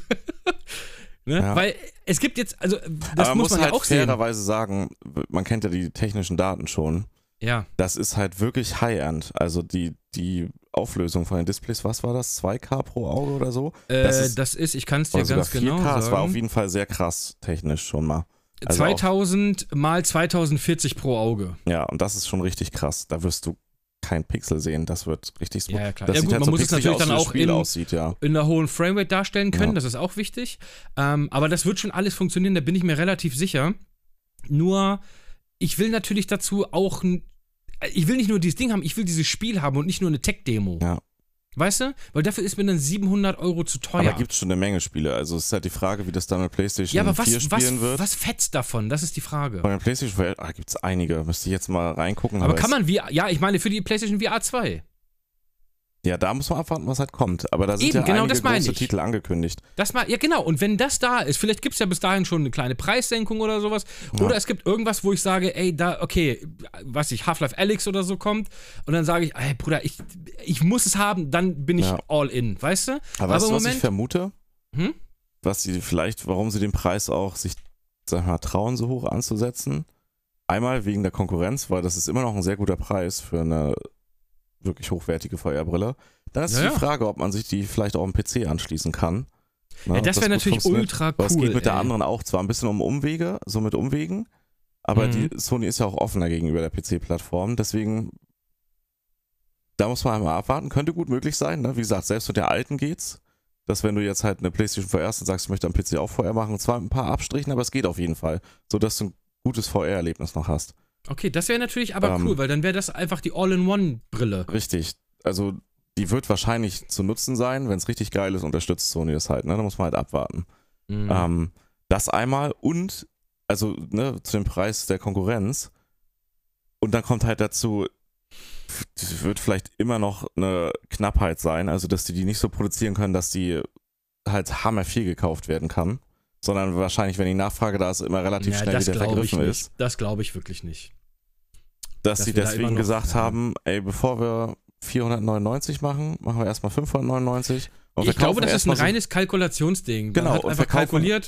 Ne? Ja. Weil es gibt jetzt, also das aber muss man halt ja auch sehen. Fairerweise sagen, man kennt ja die technischen Daten schon. Ja. Das ist halt wirklich High-End. Also die Auflösung von den Displays, was war das? 2K pro Auge oder so? Das ist, ich kann es dir ganz genau sagen. Das war auf jeden Fall sehr krass technisch schon mal. Also 2000 mal 2040 pro Auge. Ja, und das ist schon richtig krass. Da wirst du kein Pixel sehen. Das wird richtig smooth. Ja, klar. Das ja, sieht gut, halt man so muss es natürlich dann auch in einer hohen Framerate darstellen können. Ja. Das ist auch wichtig. Aber das wird schon alles funktionieren, da bin ich mir relativ sicher. Nur, ich will natürlich dazu auch, ich will nicht nur dieses Ding haben, ich will dieses Spiel haben und nicht nur eine Tech-Demo. Ja. Weißt du? Weil dafür ist mir dann 700 € zu teuer. Aber gibt es schon eine Menge Spiele. Also es ist halt die Frage, wie das dann mit PlayStation 4 spielen wird. Was fetzt davon? Das ist die Frage. Bei der PlayStation VR gibt es einige. Müsste ich jetzt mal reingucken. Aber kann man ja, ich meine für die PlayStation VR 2. Ja, da muss man abwarten, was halt kommt. Aber da sind ja einige große Titel angekündigt. Ja, genau. Und wenn das da ist, vielleicht gibt es ja bis dahin schon eine kleine Preissenkung oder sowas. Ja. Oder es gibt irgendwas, wo ich sage, ey, Half-Life Alyx oder so kommt. Und dann sage ich, ey, Bruder, ich muss es haben, dann bin ich all in, weißt du? Aber weißt du, was ich vermute? Warum sie den Preis auch sich, sag ich mal, trauen, so hoch anzusetzen? Einmal wegen der Konkurrenz, weil das ist immer noch ein sehr guter Preis für eine wirklich hochwertige VR-Brille. Dann ist die Frage, ob man sich die vielleicht auch am PC anschließen kann. Ja, das wäre natürlich ultra cool. Es geht mit der anderen auch zwar ein bisschen um Umwege, so mit Umwegen, aber die Sony ist ja auch offener gegenüber der PC-Plattform, deswegen da muss man einmal abwarten. Könnte gut möglich sein, ne? Wie gesagt, selbst mit der alten geht's, dass wenn du jetzt halt eine PlayStation VR hast und sagst, ich möchte am PC auch VR machen, zwar mit ein paar Abstrichen, aber es geht auf jeden Fall, sodass du ein gutes VR-Erlebnis noch hast. Okay, das wäre natürlich aber cool, weil dann wäre das einfach die All-in-One-Brille. Richtig. Also die wird wahrscheinlich zu nutzen sein. Wenn es richtig geil ist, unterstützt Sony das halt. Ne? Da muss man halt abwarten. Mhm. Das einmal und, also ne, zu dem Preis der Konkurrenz. Und dann kommt halt dazu, es wird vielleicht immer noch eine Knappheit sein. Also dass die nicht so produzieren können, dass die halt hammerviel gekauft werden kann. Sondern wahrscheinlich, wenn die Nachfrage da ist, immer relativ schnell wieder vergriffen ist. Das glaube ich wirklich nicht. Dass sie deswegen gesagt haben, ey, bevor wir 499 machen wir erstmal 599. Und ich glaube, das ist ein reines Kalkulationsding. Genau. Man hat einfach kalkuliert,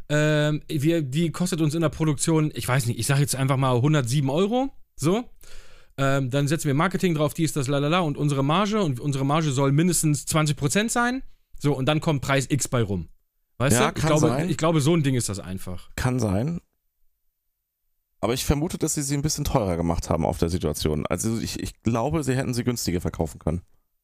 die kostet uns in der Produktion, ich weiß nicht, ich sage jetzt einfach mal 107 €. So. Dann setzen wir Marketing drauf, das, lalala, und unsere Marge soll mindestens 20% sein. So, und dann kommt Preis X bei rum. Weißt du? Ich glaube, so ein Ding ist das einfach. Kann sein. Aber ich vermute, dass sie ein bisschen teurer gemacht haben auf der Situation. Also ich glaube, sie hätten sie günstiger verkaufen können.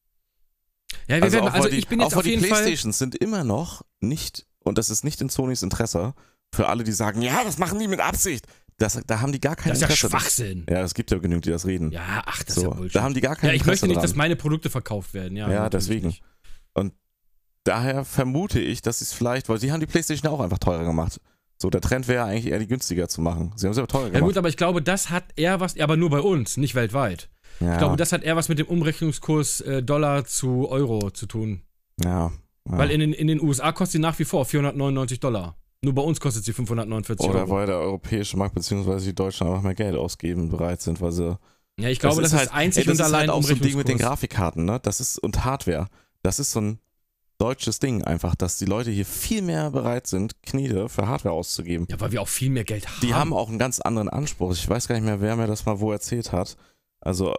Ja, ich bin jetzt auf jeden Fall... Die Playstations sind immer noch nicht, und das ist nicht in Sonys Interesse, für alle, die sagen, ja, das machen die mit Absicht. Da haben die gar kein Interesse. Das ist ja Schwachsinn. Ja, es gibt ja genügend, die das reden. Ja, das ist ja Bullshit. Da haben die gar kein Interesse ich möchte nicht, dran. dass meine Produkte verkauft werden. Ja, deswegen. Nicht. Und daher vermute ich, dass sie es vielleicht, weil sie haben die PlayStation auch einfach teurer gemacht. So, der Trend wäre eigentlich eher, die günstiger zu machen. Sie haben sie aber teurer gemacht. Ja gut, aber ich glaube, das hat eher was, aber nur bei uns, nicht weltweit. Ja. Ich glaube, das hat eher was mit dem Umrechnungskurs Dollar zu Euro zu tun. Ja. Weil in den USA kostet sie nach wie vor $499. Nur bei uns kostet sie 549 €. Oder weil der europäische Markt bzw. die Deutschen einfach mehr Geld ausgeben bereit sind, weil sie... Ja, ich glaube, das ist halt, einzig und allein halt auch so ein Ding mit den Grafikkarten, ne? Und Hardware. Das ist so ein deutsches Ding einfach, dass die Leute hier viel mehr bereit sind, Knete für Hardware auszugeben. Ja, weil wir auch viel mehr Geld haben. Die haben auch einen ganz anderen Anspruch. Ich weiß gar nicht mehr, wer mir das mal wo erzählt hat. Also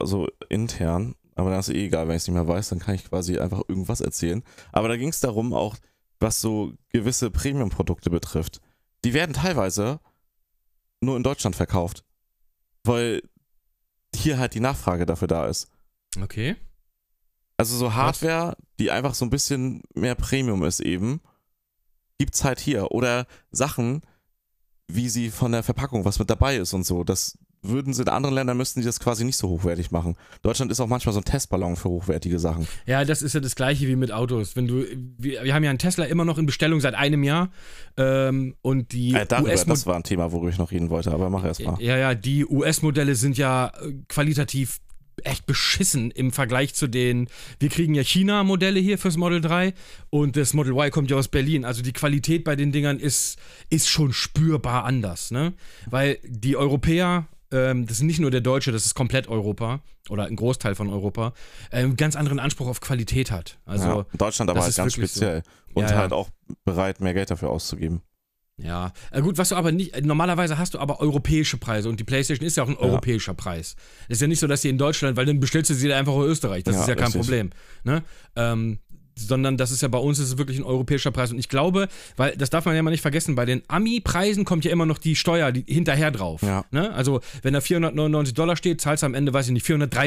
intern. Aber dann ist egal, wenn ich es nicht mehr weiß, dann kann ich quasi einfach irgendwas erzählen. Aber da ging es darum auch, was so gewisse Premium-Produkte betrifft, die werden teilweise nur in Deutschland verkauft, weil hier halt die Nachfrage dafür da ist. Okay. Also so Hardware, die einfach so ein bisschen mehr Premium ist eben, gibt's halt hier. Oder Sachen, wie sie von der Verpackung, was mit dabei ist und so. Das würden sie in anderen Ländern, müssten die das quasi nicht so hochwertig machen. Deutschland ist auch manchmal so ein Testballon für hochwertige Sachen. Ja, das ist ja das Gleiche wie mit Autos. Wir haben ja einen Tesla immer noch in Bestellung seit einem Jahr. Und die das war ein Thema, worüber ich noch reden wollte, aber mach erst mal. Ja, die US-Modelle sind ja qualitativ echt beschissen im Vergleich zu den, wir kriegen ja China-Modelle hier fürs Model 3 und das Model Y kommt ja aus Berlin. Also die Qualität bei den Dingern ist schon spürbar anders, ne? Weil die Europäer, das ist nicht nur der Deutsche, das ist komplett Europa oder ein Großteil von Europa, einen ganz anderen Anspruch auf Qualität hat. Also Deutschland aber halt ganz speziell und Ja. halt auch bereit, mehr Geld dafür auszugeben. Ja, gut, was du aber nicht, normalerweise hast du aber europäische Preise und die PlayStation ist ja auch ein europäischer Preis. Ist ja nicht so, dass sie in Deutschland, weil dann bestellst du sie einfach in Österreich, das ist ja kein richtig. Problem, ne? Sondern das ist ja bei uns ist es wirklich ein europäischer Preis und ich glaube, weil das darf man ja mal nicht vergessen, bei den Ami-Preisen kommt ja immer noch die Steuer hinterher drauf, Ja. ne? Also wenn da $499 steht, zahlst du am Ende, weiß ich nicht,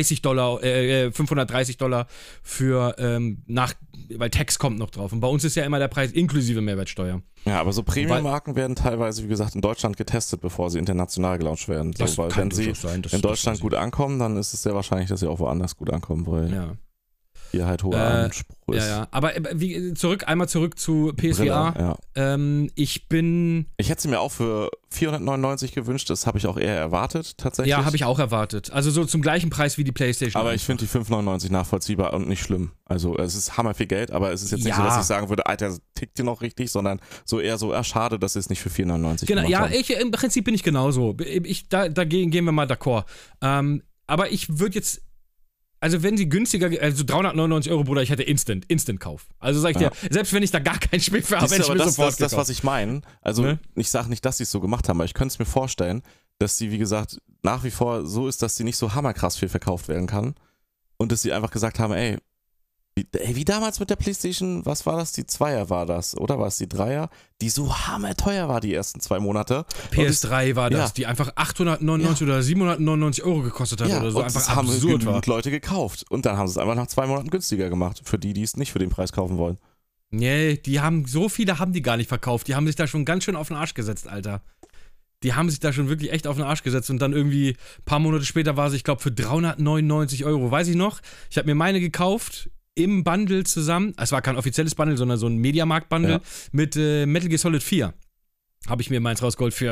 $530 für, weil Tax kommt noch drauf und bei uns ist ja immer der Preis inklusive Mehrwertsteuer. Ja, aber so Premium-Marken werden teilweise, wie gesagt, in Deutschland getestet, bevor sie international gelauncht werden. Das weil kann wenn sie durchaus sein, in Deutschland gut ankommen, dann ist es sehr wahrscheinlich, dass sie auch woanders gut ankommen, weil Ja. hier halt hoher Anspruch ist. Ja. Aber einmal zurück zu PSVR. Brille, Ich hätte sie mir auch für 499 gewünscht, das habe ich auch eher erwartet, tatsächlich. Ja, habe ich auch erwartet. Also so zum gleichen Preis wie die PlayStation. Aber ich finde die 5,99 nachvollziehbar und nicht schlimm. Also es ist hammer viel Geld, aber es ist jetzt nicht so, dass ich sagen würde, Alter, tickt dir noch richtig, sondern so eher so, schade, dass sie es nicht für 4,99 genau, gemacht haben. im Prinzip bin ich genauso. Dagegen gehen wir mal d'accord. Aber ich würde jetzt, also wenn sie günstiger, also 399 €, Bruder, ich hätte Instant-Kauf. Also sag ich dir, selbst wenn ich da gar kein Spiel für habe, hätte ich mir sofort gekauft. Das, was ich meine. Also Ne? ich sage nicht, dass sie es so gemacht haben, aber ich könnte es mir vorstellen, dass sie, wie gesagt, nach wie vor so ist, dass sie nicht so hammerkrass viel verkauft werden kann und dass sie einfach gesagt haben, wie damals mit der PlayStation, was war das? Die 2er war das, oder war es die 3er? Die so hammerteuer war die ersten 2 Monate. PS3 war das, die einfach 899 oder 799 € gekostet hat oder so. Und Einfach das haben absurd war. genügend Leute gekauft. Und dann haben sie es einfach nach 2 Monaten günstiger gemacht, für die es nicht für den Preis kaufen wollen. Nee, so viele haben die gar nicht verkauft. Die haben sich da schon ganz schön auf den Arsch gesetzt, Alter. Die haben sich da schon wirklich echt auf den Arsch gesetzt und dann irgendwie ein paar Monate später war sie, ich glaube, für 399 €. Weiß ich noch, ich habe mir meine gekauft im Bundle zusammen. Es war kein offizielles Bundle, sondern so ein Mediamarkt-Bundle mit Metal Gear Solid 4. Habe ich mir meins rausgeholt für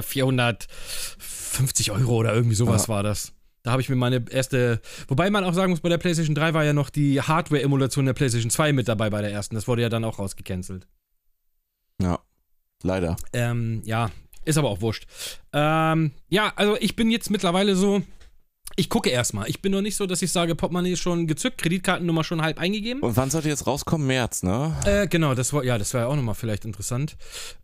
450 € oder irgendwie sowas war das. Da habe ich mir meine erste, wobei man auch sagen muss, bei der PlayStation 3 war ja noch die Hardware-Emulation der PlayStation 2 mit dabei bei der ersten. Das wurde ja dann auch rausgecancelt. Ja, leider. Ja, ist aber auch wurscht. Also ich bin jetzt mittlerweile so, ich gucke erstmal. Ich bin noch nicht so, dass ich sage, Portemonnaie ist schon gezückt, Kreditkartennummer schon halb eingegeben. Und wann sollte jetzt rauskommen? März, ne? Genau, das war ja auch nochmal vielleicht interessant.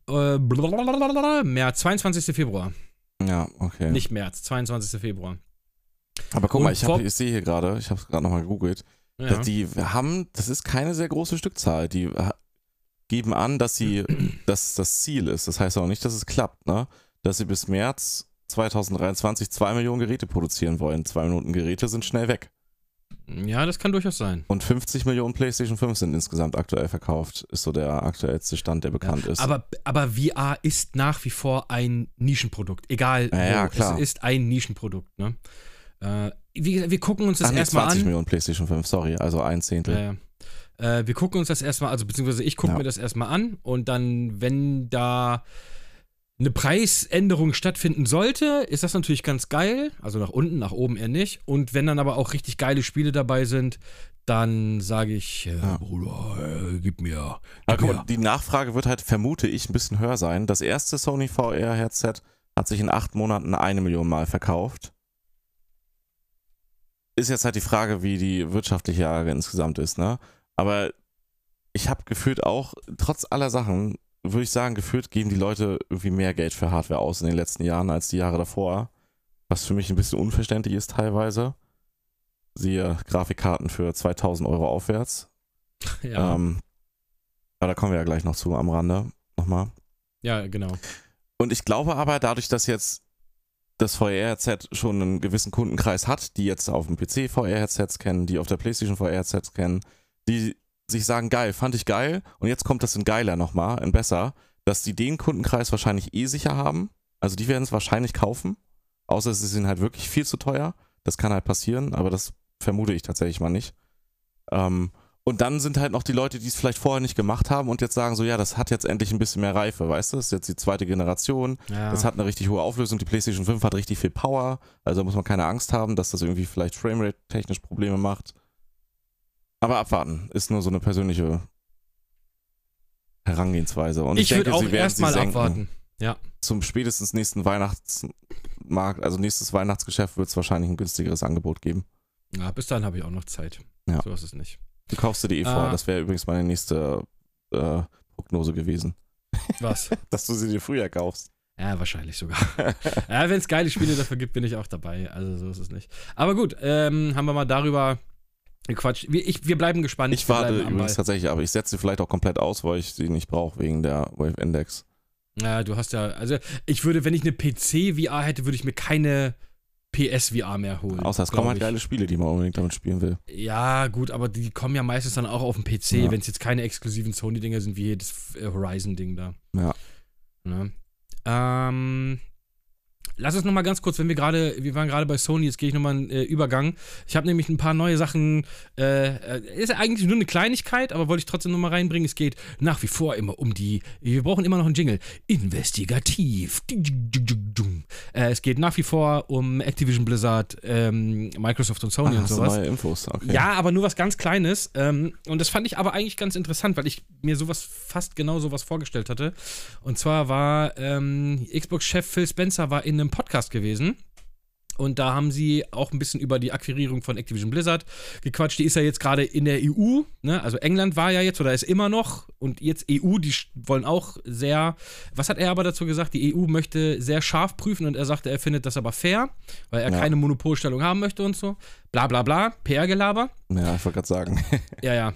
März, 22. Februar. Ja, okay. Nicht März, 22. Februar. Aber guck mal, ich sehe hier gerade, ich habe es gerade nochmal gegoogelt, Ja. das ist keine sehr große Stückzahl. Die geben an, dass das Ziel ist. Das heißt auch nicht, dass es klappt, ne? Dass sie bis März 2023 2 Millionen Geräte produzieren wollen. 2 Millionen Geräte sind schnell weg. Ja, das kann durchaus sein. Und 50 Millionen PlayStation 5 sind insgesamt aktuell verkauft. Ist so der aktuellste Stand, der bekannt ist. Aber VR ist nach wie vor ein Nischenprodukt. Egal, klar. Es ist ein Nischenprodukt, ne? Wir gucken uns das erstmal an. 20 Millionen PlayStation 5, sorry, also 1/10. Wir gucken uns das erstmal, also beziehungsweise ich gucke mir das erstmal an und dann, wenn da eine Preisänderung stattfinden sollte, ist das natürlich ganz geil. Also nach unten, nach oben eher nicht. Und wenn dann aber auch richtig geile Spiele dabei sind, dann sage ich, Bruder, gib mir. Guck mal, die Nachfrage wird halt, vermute ich, ein bisschen höher sein. Das erste Sony VR-Headset hat sich in 8 Monaten 1 Million Mal verkauft. Ist jetzt halt die Frage, wie die wirtschaftliche Lage insgesamt ist, ne? Aber ich habe gefühlt auch, trotz aller Sachen, würde ich sagen, gefühlt geben die Leute irgendwie mehr Geld für Hardware aus in den letzten Jahren als die Jahre davor. Was für mich ein bisschen unverständlich ist teilweise. Siehe Grafikkarten für 2.000 € aufwärts. Ja. Aber da kommen wir ja gleich noch zu am Rande. Nochmal. Ja, genau. Und ich glaube aber, dadurch, dass jetzt das VR-Headset schon einen gewissen Kundenkreis hat, die jetzt auf dem PC VR-Headsets kennen, die auf der PlayStation VR-Headsets kennen, die sich sagen, geil, fand ich geil und jetzt kommt das in geiler nochmal, in besser, dass die den Kundenkreis wahrscheinlich sicher haben. Also die werden es wahrscheinlich kaufen, außer sie sind halt wirklich viel zu teuer. Das kann halt passieren, aber das vermute ich tatsächlich mal nicht. Und dann sind halt noch die Leute, die es vielleicht vorher nicht gemacht haben und jetzt sagen so, ja, das hat jetzt endlich ein bisschen mehr Reife, weißt du? Das ist jetzt die zweite Generation, das hat eine richtig hohe Auflösung, die PlayStation 5 hat richtig viel Power, also da muss man keine Angst haben, dass das irgendwie vielleicht Framerate-technisch Probleme macht. Aber abwarten, ist nur so eine persönliche Herangehensweise. Und ich würde auch sie werden erstmal abwarten. Ja. Zum spätestens nächsten Weihnachtsmarkt, also nächstes Weihnachtsgeschäft wird es wahrscheinlich ein günstigeres Angebot geben. Ja, bis dahin habe ich auch noch Zeit. Ja. So ist es nicht. Du kaufst dir die vor, das wäre übrigens meine nächste Prognose gewesen. Was? Dass du sie dir früher kaufst. Ja, wahrscheinlich sogar. Ja, wenn es geile Spiele dafür gibt, bin ich auch dabei. Also so ist es nicht. Aber gut, haben wir mal darüber gequatscht. Wir bleiben gespannt. Ich warte übrigens tatsächlich, aber ich setze sie vielleicht auch komplett aus, weil ich sie nicht brauche wegen der Wave Index. Ja, du hast ja, also ich würde, wenn ich eine PC-VR hätte, würde ich mir keine PS-VR mehr holen. Außer es kommen halt geile Spiele, die man unbedingt damit spielen will. Ja, gut, aber die kommen ja meistens dann auch auf dem PC, wenn es jetzt keine exklusiven Sony-Dinger sind, wie das Horizon-Ding da. Ja. Lass uns nochmal ganz kurz, wir waren gerade bei Sony, jetzt gehe ich nochmal einen Übergang. Ich habe nämlich ein paar neue Sachen, ist eigentlich nur eine Kleinigkeit, aber wollte ich trotzdem nochmal reinbringen. Es geht nach wie vor immer um wir brauchen immer noch einen Jingle, investigativ. Es geht nach wie vor um Activision Blizzard, Microsoft und Sony und sowas. Neue Infos, okay. Ja, aber nur was ganz Kleines. Und das fand ich aber eigentlich ganz interessant, weil ich mir fast genau sowas vorgestellt hatte. Und zwar war Xbox-Chef Phil Spencer war in einem Podcast gewesen. Und da haben sie auch ein bisschen über die Akquirierung von Activision Blizzard gequatscht. Die ist ja jetzt gerade in der EU, ne? Also England war ja jetzt oder ist immer noch. Und jetzt EU, die wollen auch sehr, was hat er aber dazu gesagt? Die EU möchte sehr scharf prüfen und er sagte, er findet das aber fair, weil er keine Monopolstellung haben möchte und so. Bla bla bla, PR-Gelaber. Ja, ich wollte gerade sagen. Ja.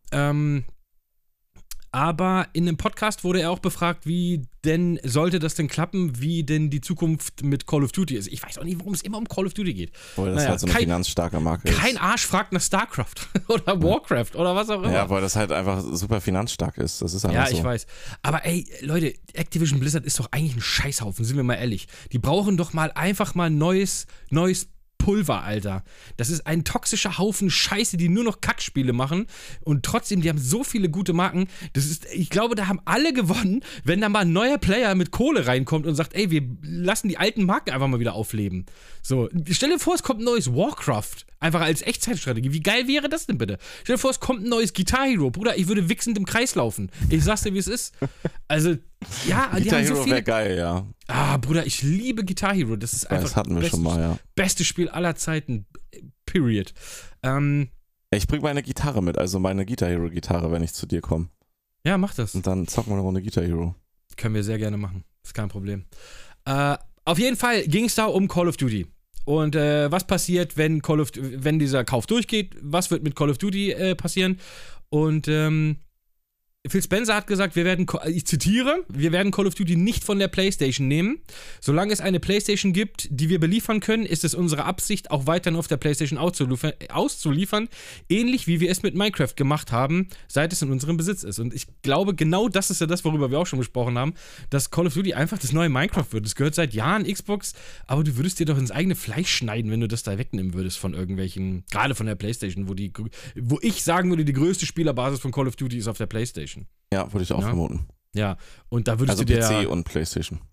Aber in einem Podcast wurde er auch befragt, wie denn, sollte das denn klappen, wie denn die Zukunft mit Call of Duty ist. Ich weiß auch nicht, warum es immer um Call of Duty geht. Weil das halt so eine finanzstarke Marke ist. Kein Arsch fragt nach StarCraft oder Warcraft oder was auch immer. Ja, weil das halt einfach super finanzstark ist. Das ist einfach so. Ja, ich weiß. Aber ey, Leute, Activision Blizzard ist doch eigentlich ein Scheißhaufen, sind wir mal ehrlich. Die brauchen doch einfach mal neues Pulver, Alter. Das ist ein toxischer Haufen Scheiße, die nur noch Kackspiele machen und trotzdem, die haben so viele gute Marken. Ich glaube, da haben alle gewonnen, wenn da mal ein neuer Player mit Kohle reinkommt und sagt, ey, wir lassen die alten Marken einfach mal wieder aufleben. So, stell dir vor, es kommt ein neues Warcraft. Einfach als Echtzeitstrategie. Wie geil wäre das denn bitte? Stell dir vor, es kommt ein neues Guitar Hero. Bruder, ich würde wichsend im Kreis laufen. Ich sag's dir, wie es ist. Also, ja, die haben so Hero viele... wäre geil, ja. Bruder, ich liebe Guitar Hero. Das ist einfach das hatten wir schon mal, ja. Beste Spiel aller Zeiten. Period. Ich bring meine Gitarre mit, also meine Guitar Hero Gitarre, wenn ich zu dir komme. Ja, mach das. Und dann zocken wir eine Runde Guitar Hero. Können wir sehr gerne machen. Ist kein Problem. Auf jeden Fall ging es da um Call of Duty. Und was passiert, wenn dieser Kauf durchgeht? Was wird mit Call of Duty passieren? Und Phil Spencer hat gesagt, ich zitiere, wir werden Call of Duty nicht von der PlayStation nehmen. Solange es eine PlayStation gibt, die wir beliefern können, ist es unsere Absicht, auch weiterhin auf der PlayStation auszuliefern, ähnlich wie wir es mit Minecraft gemacht haben, seit es in unserem Besitz ist. Und ich glaube, genau das ist ja das, worüber wir auch schon gesprochen haben, dass Call of Duty einfach das neue Minecraft wird. Es gehört seit Jahren Xbox, aber du würdest dir doch ins eigene Fleisch schneiden, wenn du das da wegnehmen würdest von irgendwelchen, gerade von der PlayStation, wo ich sagen würde, die größte Spielerbasis von Call of Duty ist auf der PlayStation. Ja, würde ich auch vermuten. Ja, und da würdest also du dir... PC und PlayStation.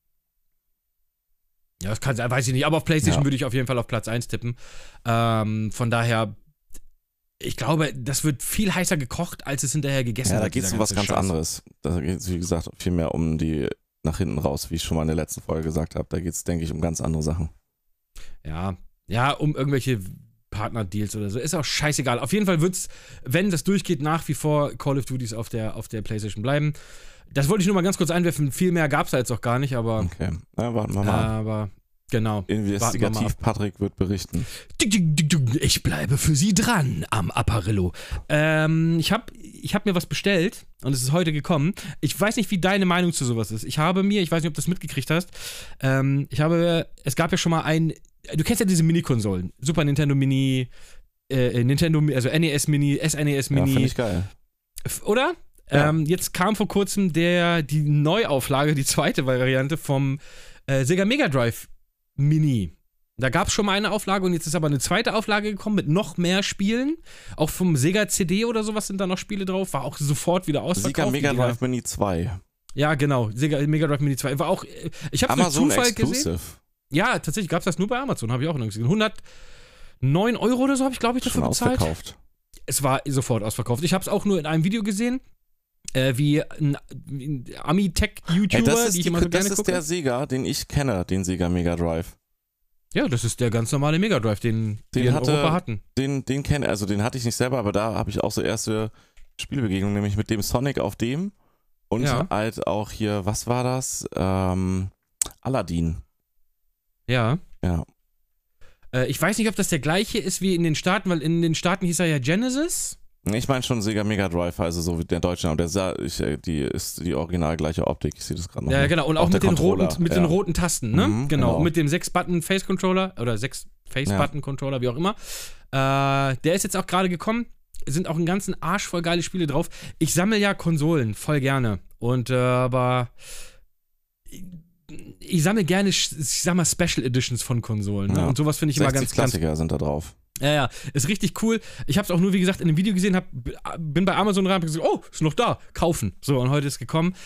Ja, das weiß ich nicht, aber auf PlayStation würde ich auf jeden Fall auf Platz 1 tippen. Von daher, ich glaube, das wird viel heißer gekocht, als es hinterher gegessen wird. Ja, da geht es um was ganz anderes. Da geht es, wie gesagt, viel mehr um die nach hinten raus, wie ich schon mal in der letzten Folge gesagt habe. Da geht es, denke ich, um ganz andere Sachen. Ja, um irgendwelche Partnerdeals oder so. Ist auch scheißegal. Auf jeden Fall wird es, wenn das durchgeht, nach wie vor Call of Duties auf der PlayStation bleiben. Das wollte ich nur mal ganz kurz einwerfen. Viel mehr gab es da jetzt auch gar nicht, aber... Okay, warten wir mal. Aber, genau. Investigativ Patrick wird berichten. Ich bleibe für Sie dran am Apparillo. Ich habe ich habe mir was bestellt und es ist heute gekommen. Ich weiß nicht, wie deine Meinung zu sowas ist. Ich weiß nicht, ob du das mitgekriegt hast, es gab ja schon mal du kennst ja diese Mini-Konsolen, Super Nintendo Mini, Nintendo, also NES Mini, SNES Mini. Ja, finde ich geil. Oder? Ja. Jetzt kam vor kurzem die Neuauflage, die zweite Variante vom Sega Mega Drive Mini. Da gab es schon mal eine Auflage und jetzt ist aber eine zweite Auflage gekommen mit noch mehr Spielen. Auch vom Sega CD oder sowas sind da noch Spiele drauf. War auch sofort wieder ausverkauft. Sega Mega Drive Mini 2. Ja, genau. Sega Mega Drive Mini 2. War auch, ich habe es durch Zufall gesehen. Ja, tatsächlich gab es das nur bei Amazon, habe ich auch noch gesehen. 109 € oder so habe ich, glaube ich, dafür bezahlt. Ausverkauft. Es war sofort ausverkauft. Ich habe es auch nur in einem Video gesehen. Wie ein Ami-Tech-YouTuber, die ich immer so gerne gucke. Das ist der Sega, den ich kenne, den Sega Mega Drive. Ja, das ist der ganz normale Mega Drive, den wir in Europa hatten. Den hatte ich nicht selber, aber da habe ich auch so erste Spielbegegnungen, nämlich mit dem Sonic auf dem und halt auch hier, was war das? Aladdin. Ja. Ja. Ich weiß nicht, ob das der gleiche ist wie in den Staaten, weil in den Staaten hieß er ja Genesis. Ich meine schon Sega Mega Drive, also so wie der deutsche Name. Die ist die original gleiche Optik. Ich sehe das gerade noch. Ja, genau. Und auch mit den roten Tasten, ne? Genau. Mit dem 6-Button-Face-Controller oder 6-Face-Button-Controller, wie auch immer. Der ist jetzt auch gerade gekommen. Sind auch einen ganzen Arsch voll geile Spiele drauf. Ich sammle ja Konsolen voll gerne. Und aber ich sammle gerne, ich sag mal, Special Editions von Konsolen. Ne? Und sowas finde ich immer ganz Klassiker sind da drauf. Ja, ist richtig cool. Ich habe es auch nur, wie gesagt, in einem Video gesehen, bin bei Amazon rein und gesagt, oh, ist noch da, kaufen. So, und heute ist gekommen.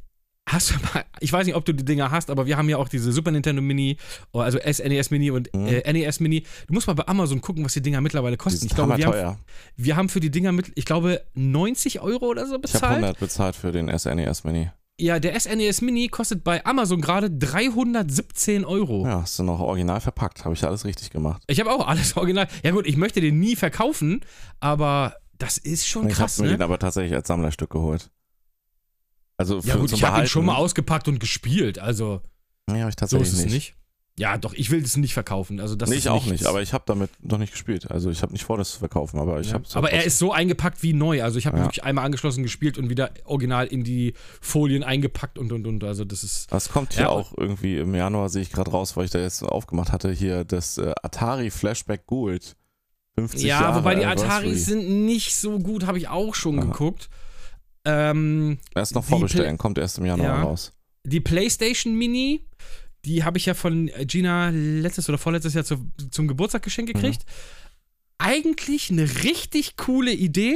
Ich weiß nicht, ob du die Dinger hast, aber wir haben ja auch diese Super Nintendo Mini, also SNES Mini und NES Mini. Du musst mal bei Amazon gucken, was die Dinger mittlerweile kosten. Ich glaube, wir haben für die Dinger 90 € oder so bezahlt. Ich habe 100 bezahlt für den SNES Mini. Ja, der SNES Mini kostet bei Amazon gerade 317 €. Ja, hast du noch original verpackt. Habe ich alles richtig gemacht. Ich habe auch alles original. Ja gut, ich möchte den nie verkaufen, aber das ist schon krass, Ich habe mir den aber tatsächlich als Sammlerstück geholt. Also ja gut, ich habe ihn schon mal ausgepackt und gespielt, also nee, habe ich tatsächlich so ist es nicht. Ja, doch, ich will das nicht verkaufen. Also das nee, ist ich auch nicht, aber ich habe damit noch nicht gespielt. Also ich habe nicht vor, das zu verkaufen, aber ich habe es. Aber er ist so eingepackt wie neu. Also ich habe wirklich einmal angeschlossen gespielt und wieder original in die Folien eingepackt und. Also das ist. Das kommt hier auch irgendwie im Januar, sehe ich gerade raus, weil ich da jetzt aufgemacht hatte, hier das Atari Flashback Gold. 50 Jahre. Ja, wobei die Ataris sind nicht so gut, habe ich auch schon geguckt. Erst noch vorbestellen, kommt erst im Januar raus. Die PlayStation Mini, die habe ich ja von Gina letztes oder vorletztes Jahr zum Geburtstag geschenkt gekriegt. Eigentlich eine richtig coole Idee,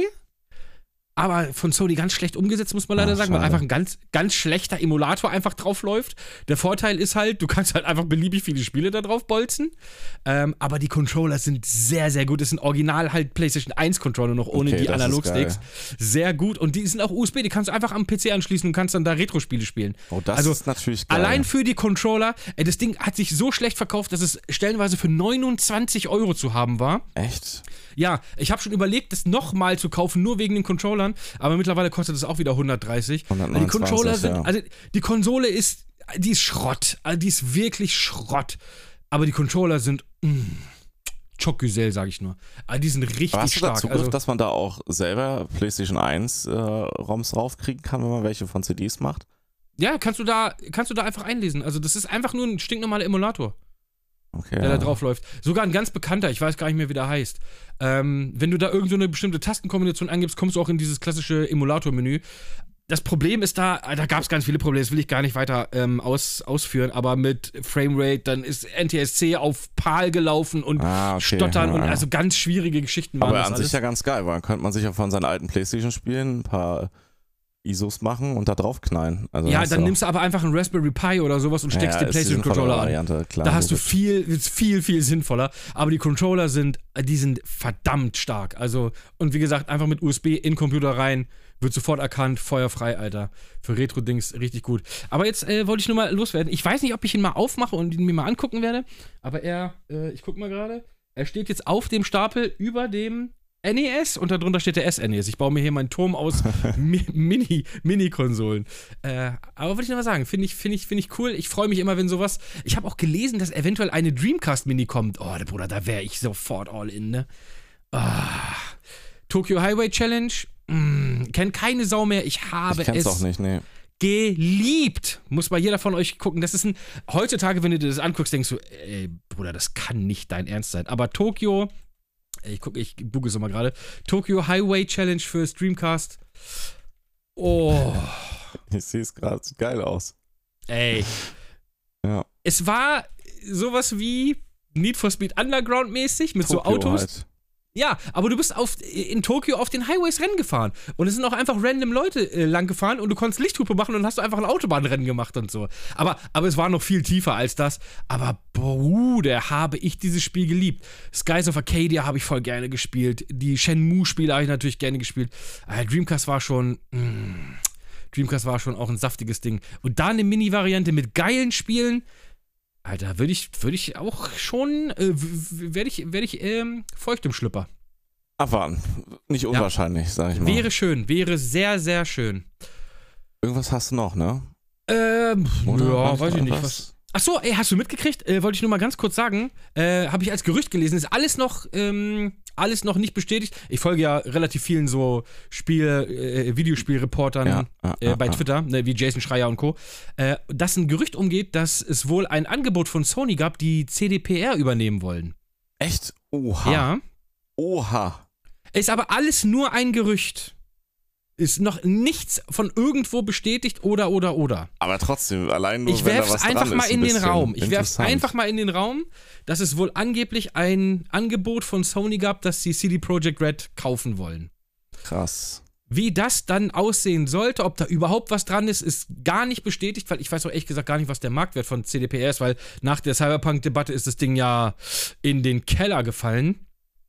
aber von Sony ganz schlecht umgesetzt, muss man leider sagen, weil einfach ein ganz, ganz schlechter Emulator einfach drauf läuft. Der Vorteil ist halt, du kannst halt einfach beliebig viele Spiele da drauf bolzen. Aber die Controller sind sehr, sehr gut. Das sind original halt PlayStation 1 Controller noch ohne die Analogsticks. Sehr gut. Und die sind auch USB, die kannst du einfach am PC anschließen und kannst dann da Retro-Spiele spielen. Oh, das ist natürlich geil. Allein für die Controller, das Ding hat sich so schlecht verkauft, dass es stellenweise für 29 € zu haben war. Echt? Ja, ich habe schon überlegt, das nochmal zu kaufen, nur wegen den Controllern, aber mittlerweile kostet es auch wieder 130. 129, die Controller sind, also die Konsole ist Schrott, also die ist wirklich Schrott, aber die Controller sind Chocgüsel, sag ich nur. Also die sind richtig stark. Hast du da Zugriff, dass man da auch selber PlayStation 1 ROMs raufkriegen kann, wenn man welche von CDs macht? Ja, kannst du da einfach einlesen. Also das ist einfach nur ein stinknormaler Emulator. Okay, der da drauf läuft. Sogar ein ganz bekannter, ich weiß gar nicht mehr, wie der heißt. Wenn du da irgend so eine bestimmte Tastenkombination angibst, kommst du auch in dieses klassische Emulator-Menü. Das Problem ist da gab es ganz viele Probleme, das will ich gar nicht weiter ausführen, aber mit Framerate, dann ist NTSC auf PAL gelaufen und Stottern und also ganz schwierige Geschichten waren aber das an alles. Sich ja ganz geil, weil dann könnte man sich ja von seinen alten Playstation-Spielen ein paar ISOs machen und da drauf knallen. Also ja, dann nimmst du aber einfach einen Raspberry Pi oder sowas und steckst den PlayStation-Controller an. Klar, da hast du viel sinnvoller. Aber die Controller sind verdammt stark. Also, und wie gesagt, einfach mit USB in den Computer rein, wird sofort erkannt, feuerfrei, Alter. Für Retro-Dings richtig gut. Aber jetzt wollte ich nur mal loswerden. Ich weiß nicht, ob ich ihn mal aufmache und ihn mir mal angucken werde, aber ich guck mal gerade, er steht jetzt auf dem Stapel über dem NES und darunter steht der SNES. Ich baue mir hier meinen Turm aus Mini-Konsolen. Aber wollte ich noch mal sagen, finde ich cool. Ich freue mich immer, wenn sowas. Ich habe auch gelesen, dass eventuell eine Dreamcast-Mini kommt. Oh, Bruder, da wäre ich sofort all in, ne? Tokyo Highway Challenge kennt keine Sau mehr. Ich kenn's es auch nicht, nee. geliebt. Muss mal jeder von euch gucken. Das ist heutzutage, wenn du dir das anguckst, denkst du, ey, Bruder, das kann nicht dein Ernst sein. Aber Tokyo, ich google es mal gerade, Tokyo Highway Challenge für Dreamcast. Oh. Ich sehe es gerade, sieht geil aus. Ey. Ja. Es war sowas wie Need for Speed Underground mäßig mit Tokio so Autos. Halt. Ja, aber du bist in Tokio auf den Highways Rennen gefahren. Und es sind auch einfach random Leute lang gefahren und du konntest Lichthupe machen und dann hast du einfach ein Autobahnrennen gemacht und so. Aber es war noch viel tiefer als das. Aber Bruder, habe ich dieses Spiel geliebt. Skies of Arcadia habe ich voll gerne gespielt. Die Shenmue-Spiele habe ich natürlich gerne gespielt. Dreamcast war schon auch ein saftiges Ding. Und da eine Mini-Variante mit geilen Spielen. Alter, würde ich auch schon, werde ich feucht im Schlüpper. Abwarten. Nicht unwahrscheinlich, sag ich mal. Wäre schön, wäre sehr, sehr schön. Irgendwas hast du noch, ne? Ja, weiß ich nicht. Was? Achso, ey, hast du mitgekriegt? Wollte ich nur mal ganz kurz sagen. Habe ich als Gerücht gelesen. Ist alles noch nicht bestätigt. Ich folge ja relativ vielen so Videospielreportern bei Twitter, ne, wie Jason Schreier und Co. Dass ein Gerücht umgeht, dass es wohl ein Angebot von Sony gab, die CDPR übernehmen wollen. Echt? Oha. Ja. Oha. Ist aber alles nur ein Gerücht. Ist noch nichts von irgendwo bestätigt oder. Aber trotzdem, allein nur, ich wenn da werf's was dran einfach ist, mal in den Raum. Ich werf's interessant. einfach mal in den Raum, dass es wohl angeblich ein Angebot von Sony gab, dass sie CD Projekt Red kaufen wollen. Krass. Wie das dann aussehen sollte, ob da überhaupt was dran ist, ist gar nicht bestätigt, weil ich weiß auch ehrlich gesagt gar nicht, was der Marktwert von CDPR ist, weil nach der Cyberpunk-Debatte ist das Ding ja in den Keller gefallen.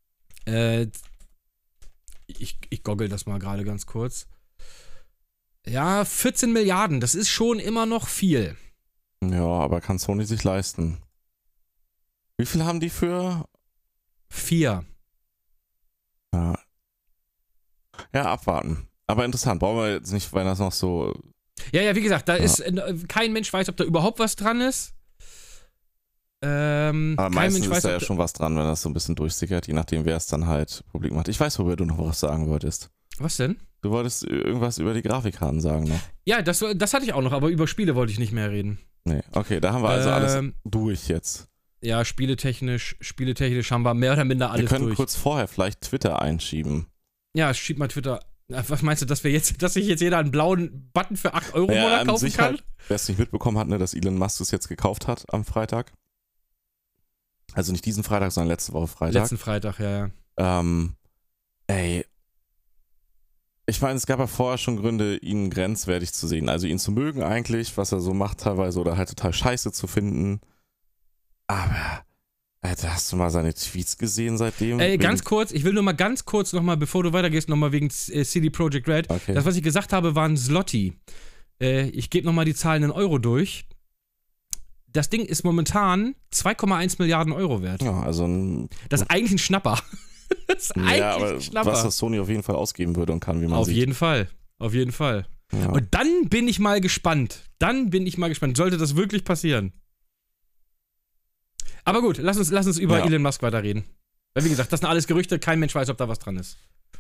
Ich goggle das mal gerade ganz kurz. Ja, 14 Milliarden, das ist schon immer noch viel. Ja, aber kann Sony sich leisten. Wie viel haben die für? 4. Ja, abwarten. Aber interessant, brauchen wir jetzt nicht, weil das noch so... Ja, wie gesagt, da ist kein Mensch weiß, ob da überhaupt was dran ist. Aber kein meistens Mensch weiß, ist da ja schon was dran, wenn das so ein bisschen durchsickert, je nachdem, wer es dann halt publik macht. Ich weiß, worüber du noch was sagen wolltest. Was denn? Du wolltest irgendwas über die Grafikkarten sagen noch. Ja, das hatte ich auch noch, aber über Spiele wollte ich nicht mehr reden. Nee, okay, da haben wir also alles durch jetzt. Ja, spieletechnisch haben wir mehr oder minder alles durch. Wir können kurz vorher vielleicht Twitter einschieben. Ja, schieb mal Twitter. Was meinst du, dass sich jetzt jeder einen blauen Button für 8 Euro im Monat kaufen kann? Halt, wer es nicht mitbekommen hat, ne, dass Elon Musk es jetzt gekauft hat am Freitag. Also nicht diesen Freitag, sondern letzte Woche Freitag. Letzten Freitag, ja. Ich meine, es gab ja vorher schon Gründe, ihn grenzwertig zu sehen. Also ihn zu mögen eigentlich, was er so macht teilweise, oder halt total scheiße zu finden. Aber, Alter, hast du mal seine Tweets gesehen seitdem? Ganz kurz, ich will nur mal ganz kurz nochmal, bevor du weitergehst, nochmal wegen CD Projekt Red. Okay. Das, was ich gesagt habe, war ein Zloty. Ich gebe nochmal die Zahlen in Euro durch. Das Ding ist momentan 2,1 Milliarden Euro wert. Ja, also das ist eigentlich ein Schnapper. Das ist eigentlich ein Schnapper. Was das Sony auf jeden Fall ausgeben würde und kann, wie man sieht. Auf jeden Fall. Ja. Und dann bin ich mal gespannt. Sollte das wirklich passieren. Aber gut, lass uns über Elon Musk weiterreden. Weil wie gesagt, das sind alles Gerüchte, kein Mensch weiß, ob da was dran ist.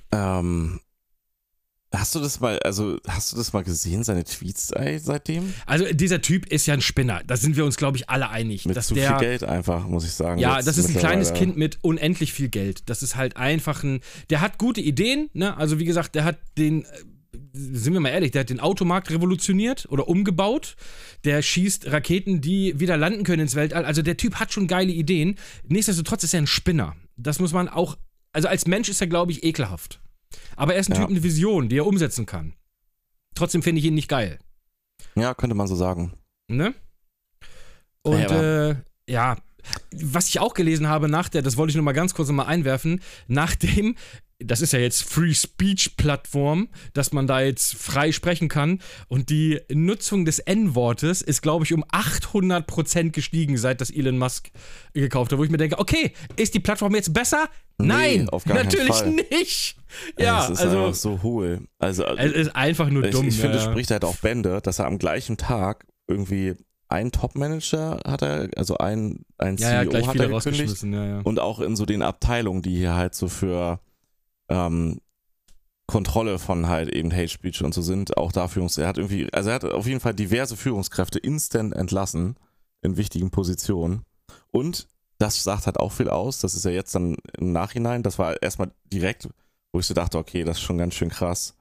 Hast du das mal gesehen, seine Tweets seitdem? Also dieser Typ ist ja ein Spinner, da sind wir uns, glaube ich, alle einig. Mit zu viel Geld einfach, muss ich sagen. Ja, das ist ein kleines Kind mit unendlich viel Geld. Das ist halt einfach der hat gute Ideen, ne? Also wie gesagt, der hat sind wir mal ehrlich, der hat den Automarkt revolutioniert oder umgebaut. Der schießt Raketen, die wieder landen können ins Weltall. Also der Typ hat schon geile Ideen. Nichtsdestotrotz ist er ein Spinner. Das muss man auch, also als Mensch ist er, glaube ich, ekelhaft. Aber er ist ein Typ mit Vision, die er umsetzen kann. Trotzdem finde ich ihn nicht geil. Ja, könnte man so sagen. Ne? Und was ich auch gelesen habe das wollte ich nur mal ganz kurz nochmal einwerfen, nachdem, das ist ja jetzt Free-Speech-Plattform, dass man da jetzt frei sprechen kann und die Nutzung des N-Wortes ist, glaube ich, um 800% gestiegen, seit das Elon Musk gekauft hat, wo ich mir denke, okay, ist die Plattform jetzt besser? Nein, auf gar natürlich keinen Fall. nicht. Ja, es ist einfach so hohl. Also, es ist einfach nur dumm. Ich finde, es spricht halt auch Bände, dass er am gleichen Tag irgendwie einen Top-Manager hat er, also ein CEO gleich hat viele er gekündigt rausgeschmissen, und auch in so den Abteilungen, die hier halt so für Kontrolle von halt eben Hate Speech und so sind auch da er hat auf jeden Fall diverse Führungskräfte instant entlassen in wichtigen Positionen und das sagt halt auch viel aus, das ist ja jetzt dann im Nachhinein, das war erstmal direkt, wo ich so dachte, okay, das ist schon ganz schön krass.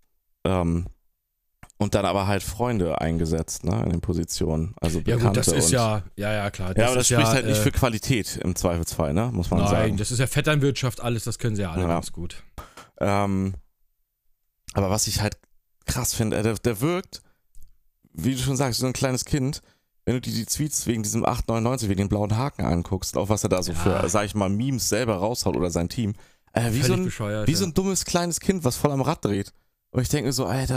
Und dann aber halt Freunde eingesetzt, ne, in den Positionen, also Bekannte. Ja gut, das ist ja klar. Ja, aber das spricht halt nicht für Qualität im Zweifelsfall, ne, muss man sagen. Nein, das ist ja Vetternwirtschaft, alles, das können sie ja alle ganz gut. Aber was ich halt krass finde, der wirkt, wie du schon sagst, so ein kleines Kind, wenn du dir die Tweets wegen diesem 899, wegen den blauen Haken anguckst, auch was er da so für, sag ich mal, Memes selber raushaut oder sein Team, wie so ein dummes kleines Kind, was voll am Rad dreht. Und ich denke mir so, Alter,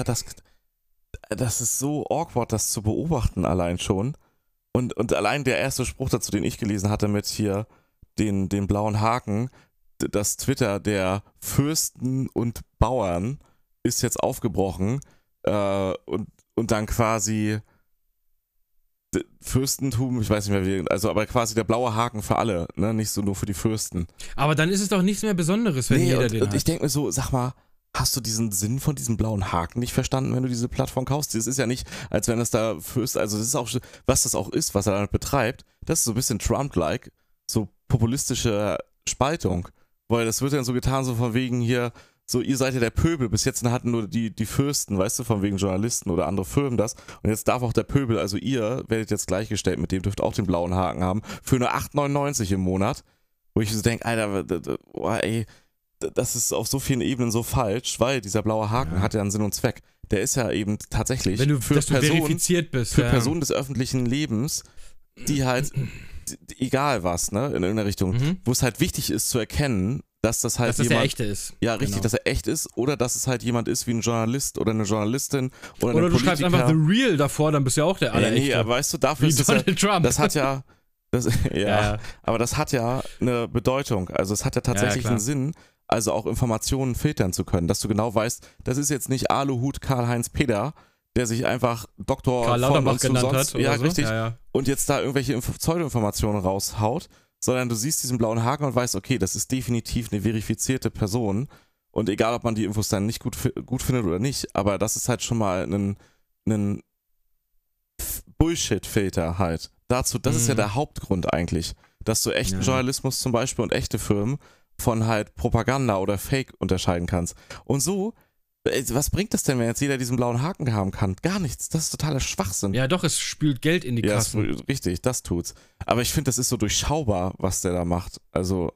das ist so awkward, das zu beobachten allein schon. Und allein der erste Spruch dazu, den ich gelesen hatte mit hier den blauen Haken, das Twitter der Fürsten und Bauern ist jetzt aufgebrochen und dann quasi Fürstentum, ich weiß nicht mehr wie, also aber quasi der blaue Haken für alle, ne, nicht so nur für die Fürsten. Aber dann ist es doch nichts mehr Besonderes, wenn jeder den hat. Und ich denke mir so, sag mal, hast du diesen Sinn von diesem blauen Haken nicht verstanden, wenn du diese Plattform kaufst? Das ist ja nicht, als wenn es da Fürst, also das ist auch, was das auch ist, was er damit betreibt, das ist so ein bisschen Trump-like, so populistische Spaltung, weil das wird dann so getan, so von wegen hier, so, ihr seid ja der Pöbel, bis jetzt hatten nur die Fürsten, weißt du, von wegen Journalisten oder andere Firmen das. Und jetzt darf auch der Pöbel, also ihr werdet jetzt gleichgestellt mit dem, dürft auch den blauen Haken haben, für nur 8,99 im Monat. Wo ich so denke, Alter, boah, ey, das ist auf so vielen Ebenen so falsch, weil dieser blaue Haken hat ja einen Sinn und Zweck. Der ist ja eben tatsächlich wenn du verifiziert bist, für Personen des öffentlichen Lebens, die halt, egal was, ne, in irgendeiner Richtung, wo es halt wichtig ist zu erkennen, dass das halt dass der echte ist. Ja, richtig, dass er echt ist oder dass es halt jemand ist wie ein Journalist oder eine Journalistin oder ein Politiker. Oder du schreibst einfach The Real davor, dann bist du ja auch der Allerechte. Nee, aber weißt du, dafür ist Donald Trump. Das hat ja, aber das hat ja eine Bedeutung. Also es hat ja tatsächlich einen Sinn, also auch Informationen filtern zu können, dass du genau weißt, das ist jetzt nicht Aluhut Karl-Heinz Peter, der sich einfach Doktor Karl Lauterbach genannt hat. Ja, so. richtig. Und jetzt da irgendwelche Pseudo-Informationen raushaut, sondern du siehst diesen blauen Haken und weißt, okay, das ist definitiv eine verifizierte Person und egal, ob man die Infos dann nicht gut findet oder nicht, aber das ist halt schon mal ein Bullshit-Filter halt. Dazu, das ist ja der Hauptgrund eigentlich, dass du echten Journalismus zum Beispiel und echte Firmen von halt Propaganda oder Fake unterscheiden kannst. Und so, was bringt das denn, wenn jetzt jeder diesen blauen Haken haben kann? Gar nichts, das ist totaler Schwachsinn. Ja doch, es spült Geld in die Kassen. Ja, richtig, das tut's. Aber ich finde, das ist so durchschaubar, was der da macht. Also.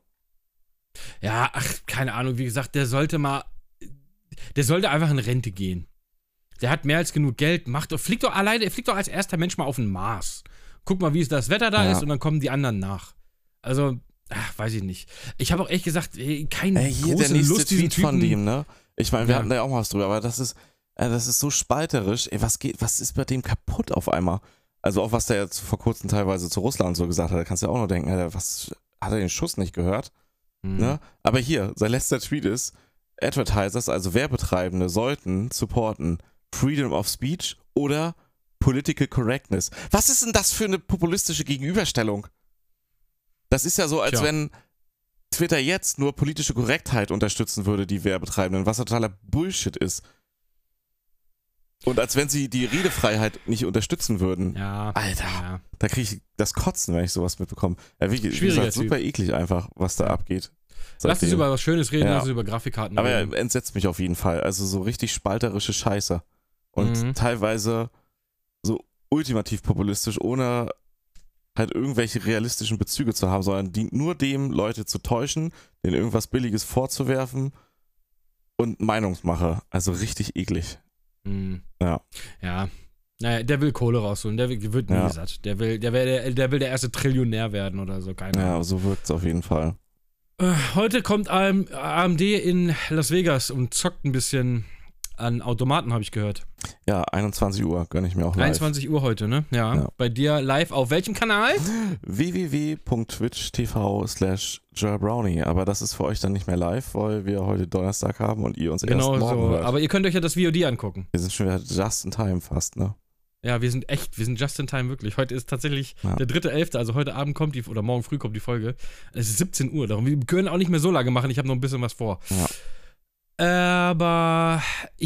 Ja, keine Ahnung, wie gesagt, der sollte einfach in Rente gehen. Der hat mehr als genug Geld, fliegt doch als erster Mensch mal auf den Mars. Guck mal, wie es das Wetter da ist und dann kommen die anderen nach. Also, weiß ich nicht. Ich habe auch echt gesagt, keine große Lust, diesen Typen von dem, ne? Ich meine, wir hatten da ja auch mal was drüber, aber das ist so spalterisch. Ey, was ist bei dem kaputt auf einmal? Also auch was der jetzt vor kurzem teilweise zu Russland so gesagt hat, da kannst du ja auch nur denken, Alter, was, hat er den Schuss nicht gehört? Ne? Aber hier, sein letzter Tweet ist, Advertisers, also Werbetreibende, sollten supporten Freedom of Speech oder Political Correctness. Was ist denn das für eine populistische Gegenüberstellung? Das ist ja so, als wenn Twitter jetzt nur politische Korrektheit unterstützen würde, die Werbetreibenden, was ja totaler Bullshit ist. Und als wenn sie die Redefreiheit nicht unterstützen würden. Ja. Alter, da kriege ich das Kotzen, wenn ich sowas mitbekomme. Schwieriger Typ. Super eklig einfach, was da abgeht. Lass uns über was Schönes reden, lass uns über Grafikkarten reden. Aber er entsetzt mich auf jeden Fall. Also so richtig spalterische Scheiße. Und teilweise so ultimativ populistisch, ohne halt irgendwelche realistischen Bezüge zu haben, sondern dient nur dem, Leute zu täuschen, denen irgendwas Billiges vorzuwerfen und Meinungsmache. Also richtig eklig. Ja. Naja, der will Kohle rausholen, der wird nie satt. Der will der erste Trillionär werden oder so, keine Ahnung. Ja, so wirkt es auf jeden Fall. Heute kommt AMD in Las Vegas und zockt ein bisschen an Automaten, habe ich gehört. Ja, 21 Uhr gönne ich mir auch live. 21 Uhr heute, ne? Ja. Bei dir live auf welchem Kanal? www.twitch.tv/JerBrownie. Aber das ist für euch dann nicht mehr live, weil wir heute Donnerstag haben und ihr uns erst morgen hört. Aber ihr könnt euch ja das VOD angucken. Wir sind schon wieder just in time fast, ne? Ja, wir sind just in time, wirklich. Heute ist tatsächlich der 3.11., also heute Abend kommt oder morgen früh kommt die Folge. Es ist 17 Uhr, darum wir können auch nicht mehr so lange machen, ich habe noch ein bisschen was vor. Ja. Aber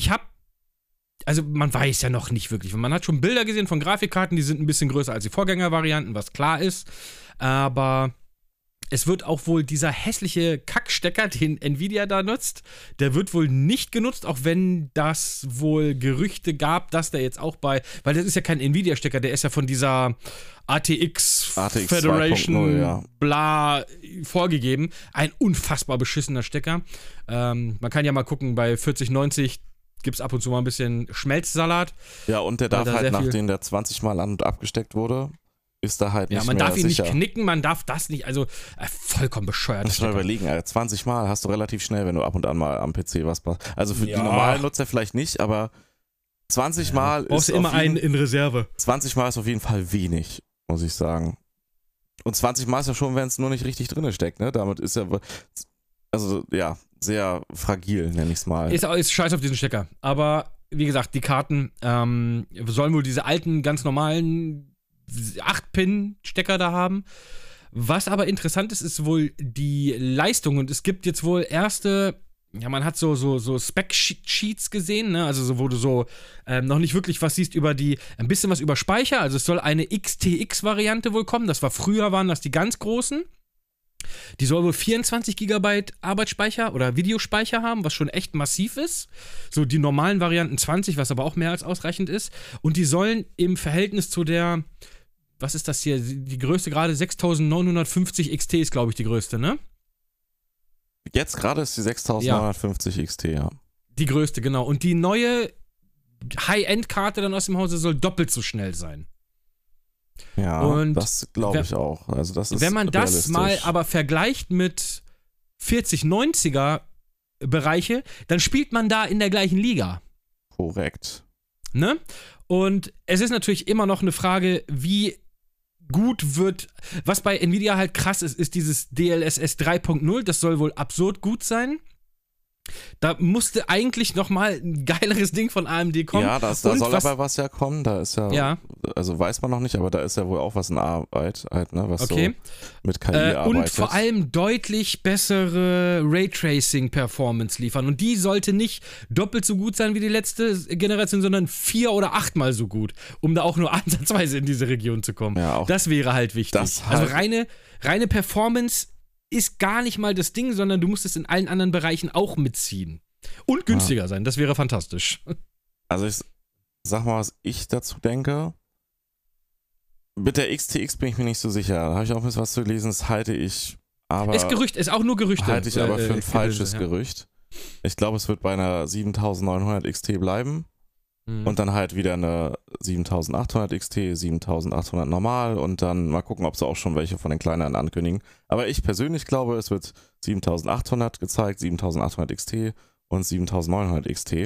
also man weiß ja noch nicht wirklich. Man hat schon Bilder gesehen von Grafikkarten, die sind ein bisschen größer als die Vorgängervarianten, was klar ist. Aber es wird auch wohl dieser hässliche Kackstecker, den Nvidia da nutzt, der wird wohl nicht genutzt, auch wenn das wohl Gerüchte gab, dass der jetzt auch weil das ist ja kein Nvidia-Stecker, der ist ja von dieser ATX Federation 2.0, bla vorgegeben. Ein unfassbar beschissener Stecker. Man kann ja mal gucken, bei 4090 gibt es ab und zu mal ein bisschen Schmelzsalat. Ja, und der darf halt, nachdem der 20 Mal an- und abgesteckt wurde, ist da halt nicht mehr sicher. Ja, man darf ihn nicht knicken, man darf das nicht, also vollkommen bescheuert. Muss mal überlegen, 20 Mal hast du relativ schnell, wenn du ab und an mal am PC was machst. Also für die normalen Nutzer vielleicht nicht, aber 20 Mal brauchst ist immer einen in Reserve. 20 Mal ist auf jeden Fall wenig, muss ich sagen. Und 20 Mal ist ja schon, wenn es nur nicht richtig drin steckt, ne? Damit ist ja, also ja, sehr fragil, nenne ich es mal. Ist scheiß auf diesen Stecker. Aber wie gesagt, die Karten sollen wohl diese alten, ganz normalen 8-Pin-Stecker da haben. Was aber interessant ist, ist wohl die Leistung. Und es gibt jetzt wohl erste, ja, man hat so Spec-Sheets gesehen, ne? Also so, wo du so noch nicht wirklich was siehst ein bisschen was über Speicher. Also es soll eine XTX-Variante wohl kommen. Waren das die ganz großen. Die soll wohl 24 GB Arbeitsspeicher oder Videospeicher haben, was schon echt massiv ist. So die normalen Varianten 20, was aber auch mehr als ausreichend ist. Und die sollen im Verhältnis zu der, was ist das hier, die größte gerade, 6950 XT ist, glaube ich, die größte, ne? Jetzt gerade ist die 6950 XT, ja. Die größte, genau. Und die neue High-End-Karte dann aus dem Hause soll doppelt so schnell sein. Ja, und das glaube ich auch. Also das ist wenn man das mal aber vergleicht mit 4090er Bereiche, dann spielt man da in der gleichen Liga. Korrekt. Ne? Und es ist natürlich immer noch eine Frage, wie gut wird, was bei Nvidia halt krass ist, ist dieses DLSS 3.0, das soll wohl absurd gut sein. Da musste eigentlich nochmal ein geileres Ding von AMD kommen. Ja, da soll aber was ja kommen. Da ist ja, also weiß man noch nicht, aber da ist ja wohl auch was in Arbeit, halt, ne, was so mit KI arbeitet. Und vor allem deutlich bessere Raytracing-Performance liefern. Und die sollte nicht doppelt so gut sein wie die letzte Generation, sondern 4- oder 8-mal so gut, um da auch nur ansatzweise in diese Region zu kommen. Ja, auch das wäre halt wichtig. Also reine Performance ist gar nicht mal das Ding, sondern du musst es in allen anderen Bereichen auch mitziehen. Und günstiger sein, das wäre fantastisch. Also ich sag mal, was ich dazu denke. Mit der XTX bin ich mir nicht so sicher. Da habe ich auch ein bisschen was zu gelesen, das halte ich aber... Ist auch nur Gerüchte. Halte ich aber für ein falsches Gerücht. Ich glaube, es wird bei einer 7900 XT bleiben. Und dann halt wieder eine 7800 XT, 7800 normal und dann mal gucken, ob sie auch schon welche von den kleineren ankündigen. Aber ich persönlich glaube, es wird 7800 gezeigt, 7800 XT und 7900 XT.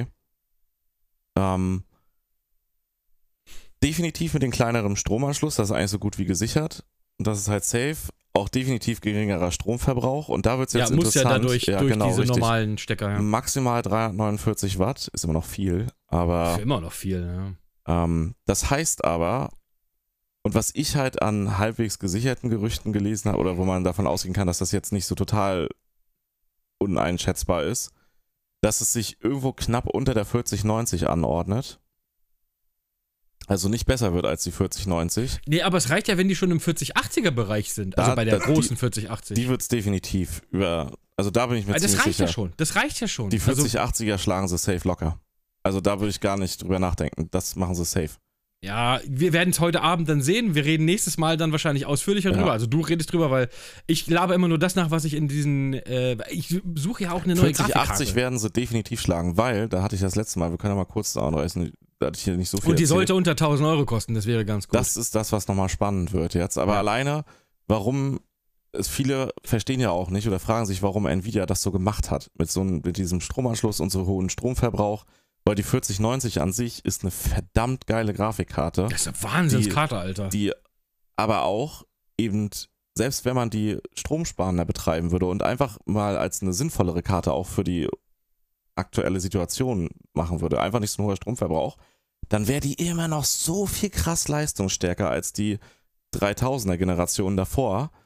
Definitiv mit dem kleineren Stromanschluss, das ist eigentlich so gut wie gesichert. Und das ist halt safe. Auch definitiv geringerer Stromverbrauch und da wird es jetzt interessant. Muss ja dadurch durch genau, diese richtig. Normalen Stecker. Ja. Maximal 349 Watt, ist immer noch viel, aber... Ist immer noch viel, ja. Das heißt aber, und was ich halt an halbwegs gesicherten Gerüchten gelesen habe, oder wo man davon ausgehen kann, dass das jetzt nicht so total uneinschätzbar ist, dass es sich irgendwo knapp unter der 4090 anordnet. Also nicht besser wird als die 4090. Nee, aber es reicht ja, wenn die schon im 4080er Bereich sind. Also bei der großen 4080. Die wird es definitiv also da bin ich mir ziemlich sicher. Das reicht ja schon. Die 4080er schlagen sie safe locker. Also da würde ich gar nicht drüber nachdenken. Das machen sie safe. Ja, wir werden es heute Abend dann sehen. Wir reden nächstes Mal dann wahrscheinlich ausführlicher drüber. Also du redest drüber, weil ich laber immer nur das nach, was ich in diesen... ich suche ja auch eine neue Grafikkarte. 4080 werden sie definitiv schlagen, weil, da hatte ich das letzte Mal, wir können ja mal kurz da anreißen, da hatte ich hier nicht so viel Und die erzählt. sollte unter 1000 Euro kosten, das wäre ganz gut. Das ist das, was nochmal spannend wird jetzt. Aber alleine, warum... Viele verstehen ja auch nicht oder fragen sich, warum Nvidia das so gemacht hat. Mit diesem Stromanschluss und so hohen Stromverbrauch. Weil die 4090 an sich ist eine verdammt geile Grafikkarte. Das ist eine Wahnsinnskarte, Alter. Die aber auch eben, selbst wenn man die stromsparender betreiben würde und einfach mal als eine sinnvollere Karte auch für die aktuelle Situation machen würde, einfach nicht so ein hoher Stromverbrauch, dann wäre die immer noch so viel krass leistungsstärker als die 3000er Generation davor.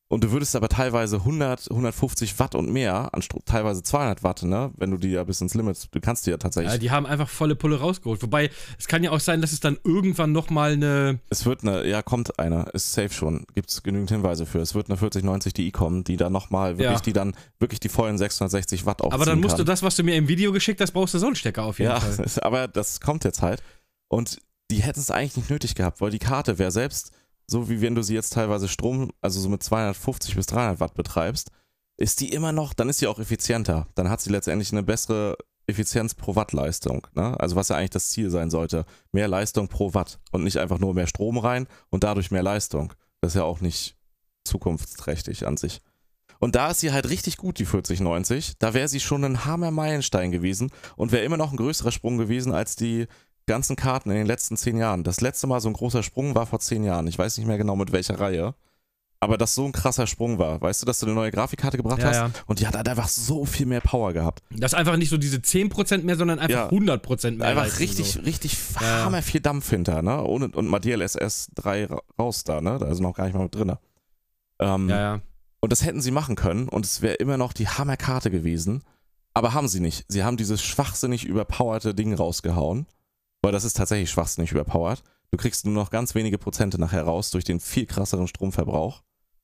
Und du würdest aber teilweise 100, 150 Watt und mehr, teilweise 200 Watt, ne? Wenn du die ja bis ins Limit, du kannst die ja tatsächlich. Ja, die haben einfach volle Pulle rausgeholt. Wobei, es kann ja auch sein, dass es dann irgendwann nochmal eine... Es wird kommt eine, ist safe schon, gibt es genügend Hinweise für. Es wird eine 4090 Ti kommen, die dann nochmal wirklich die vollen 660 Watt aufziehen Aber dann musst kann. du das, was du mir im Video geschickt hast, brauchst du so einen Stecker auf jeden Fall. Ja, aber das kommt jetzt halt. Und die hätten es eigentlich nicht nötig gehabt, weil die Karte wäre selbst... So wie wenn du sie jetzt teilweise Strom, also so mit 250 bis 300 Watt betreibst, ist die immer noch, dann ist sie auch effizienter. Dann hat sie letztendlich eine bessere Effizienz pro Wattleistung. Ne? Also was ja eigentlich das Ziel sein sollte. Mehr Leistung pro Watt und nicht einfach nur mehr Strom rein und dadurch mehr Leistung. Das ist ja auch nicht zukunftsträchtig an sich. Und da ist sie halt richtig gut, die 4090. Da wäre sie schon ein Hammer-Meilenstein gewesen und wäre immer noch ein größerer Sprung gewesen als die ganzen Karten in den letzten 10 Jahren. Das letzte Mal so ein großer Sprung war vor 10 Jahren. Ich weiß nicht mehr genau mit welcher Reihe. Aber dass so ein krasser Sprung war. Weißt du, dass du eine neue Grafikkarte gebracht hast? Ja. Und die hat halt einfach so viel mehr Power gehabt. Das ist einfach nicht so diese 10% mehr, sondern einfach 100% mehr. Einfach Leistung, richtig hammer viel Dampf hinter, ne? Und mal DLSS 3 raus da, ne? Da ist noch gar nicht mal mit drin. Und das hätten sie machen können und es wäre immer noch die Hammerkarte gewesen. Aber haben sie nicht. Sie haben dieses schwachsinnig überpowerte Ding rausgehauen. Weil das ist tatsächlich schwachsinnig überpowered. Du kriegst nur noch ganz wenige Prozente nachher raus durch den viel krasseren Stromverbrauch.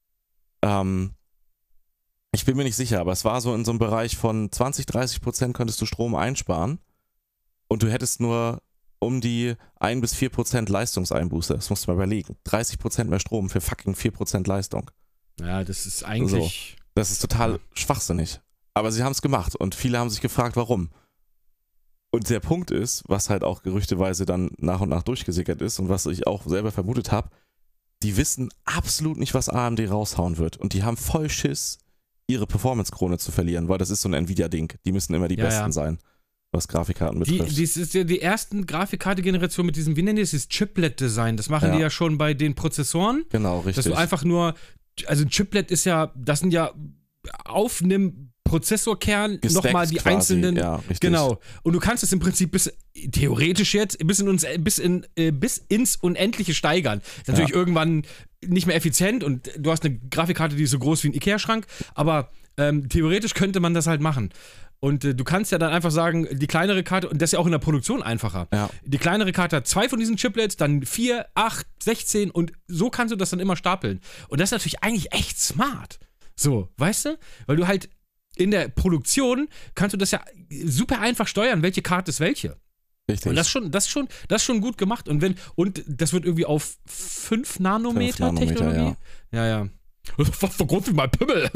Ich bin mir nicht sicher, aber es war so in so einem Bereich von 20-30% könntest du Strom einsparen und du hättest nur um die 1-4% Leistungseinbuße. Das musst du mal überlegen. 30% mehr Strom für fucking 4% Leistung. Ja, das ist eigentlich... So, das ist total schwachsinnig. Aber sie haben es gemacht und viele haben sich gefragt, warum. Und der Punkt ist, was halt auch gerüchteweise dann nach und nach durchgesickert ist und was ich auch selber vermutet habe, die wissen absolut nicht, was AMD raushauen wird. Und die haben voll Schiss, ihre Performance-Krone zu verlieren, weil das ist so ein Nvidia-Ding. Die müssen immer die Besten sein, was Grafikkarten betrifft. Das ist ja die ersten Grafikkarte-Generation mit diesem, wie nennen die das, Chiplet-Design. Das machen die ja schon bei den Prozessoren. Genau, richtig. Dass du einfach nur, also ein Chiplet ist ja, das sind ja auf einem Prozessorkern nochmal die quasi, einzelnen. Ja, richtig. Genau. Und du kannst es im Prinzip theoretisch jetzt bis ins Unendliche steigern. Ist natürlich irgendwann nicht mehr effizient und du hast eine Grafikkarte, die ist so groß wie ein Ikea-Schrank, aber theoretisch könnte man das halt machen. Und du kannst ja dann einfach sagen, die kleinere Karte, und das ist ja auch in der Produktion einfacher. Ja. Die kleinere Karte hat 2 von diesen Chiplets, dann 4, 8, 16 und so kannst du das dann immer stapeln. Und das ist natürlich eigentlich echt smart. So, weißt du? Weil du halt in der Produktion kannst du das ja super einfach steuern, welche Karte ist welche. Richtig. Und das ist schon gut gemacht. Und das wird irgendwie auf 5 Nanometer Technologie. Ja. Was so groß wie mein Pimmel.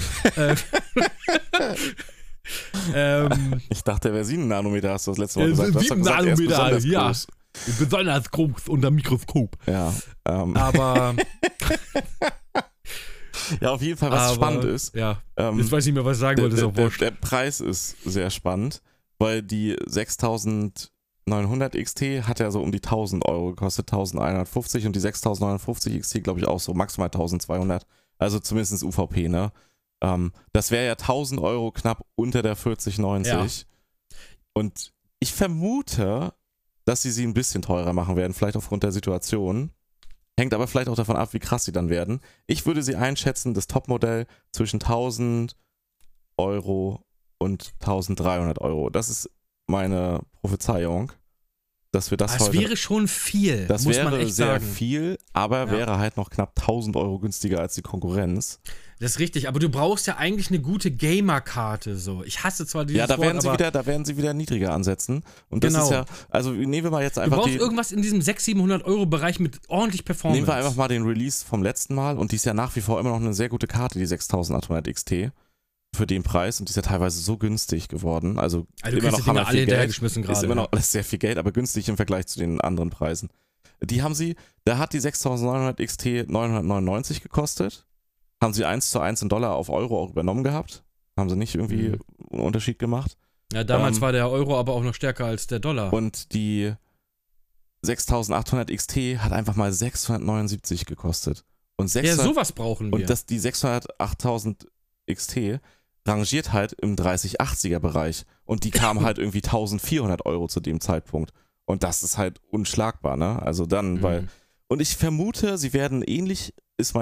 Ich dachte, der wäre 7 Nanometer, hast du das letzte Mal gesagt. 7 Nanometer, ja. Besonders groß unter Mikroskop. Ja. Aber... Ja, auf jeden Fall, was spannend ist. Ja, jetzt weiß ich nicht mehr, was ich sagen wollte. Der Preis ist sehr spannend, weil die 6900 XT hat ja so um die 1000 Euro gekostet, 1150 und die 6950 XT glaube ich auch so maximal 1200, also zumindest UVP, ne? Das wäre ja 1000 Euro knapp unter der 4090 und ich vermute, dass sie ein bisschen teurer machen werden, vielleicht aufgrund der Situation. Hängt aber vielleicht auch davon ab, wie krass sie dann werden. Ich würde sie einschätzen, das Topmodell zwischen 1000 Euro und 1300 Euro. Das ist meine Prophezeiung, dass wir das heute... Das wäre schon viel, das muss wäre man echt sehr sagen. viel, aber wäre halt noch knapp 1000 Euro günstiger als die Konkurrenz. Das ist richtig, aber du brauchst ja eigentlich eine gute Gamer-Karte so. Ich hasse zwar dieses da werden sie wieder niedriger ansetzen. Und das ist ja, also nehmen wir mal jetzt einfach du brauchst irgendwas in diesem 600-700 Euro Bereich mit ordentlich Performance. Nehmen wir einfach mal den Release vom letzten Mal und die ist ja nach wie vor immer noch eine sehr gute Karte, die 6800 XT. Für den Preis und die ist ja teilweise so günstig geworden. Also immer noch haben wir alle hinterhergeschmissen gerade. Ist immer noch alles sehr viel Geld, aber günstig im Vergleich zu den anderen Preisen. Da hat die 6900 XT 999 gekostet. Haben sie 1:1 in Dollar auf Euro auch übernommen gehabt. Haben sie nicht irgendwie einen Unterschied gemacht. Ja, damals war der Euro aber auch noch stärker als der Dollar. Und die 6800 XT hat einfach mal 679 gekostet. Und sowas brauchen wir. Und die 8000 XT rangiert halt im 3080er Bereich. Und die kam halt irgendwie 1400 Euro zu dem Zeitpunkt. Und das ist halt unschlagbar, ne? Also dann, weil. Und ich vermute, sie werden ähnlich, ist meine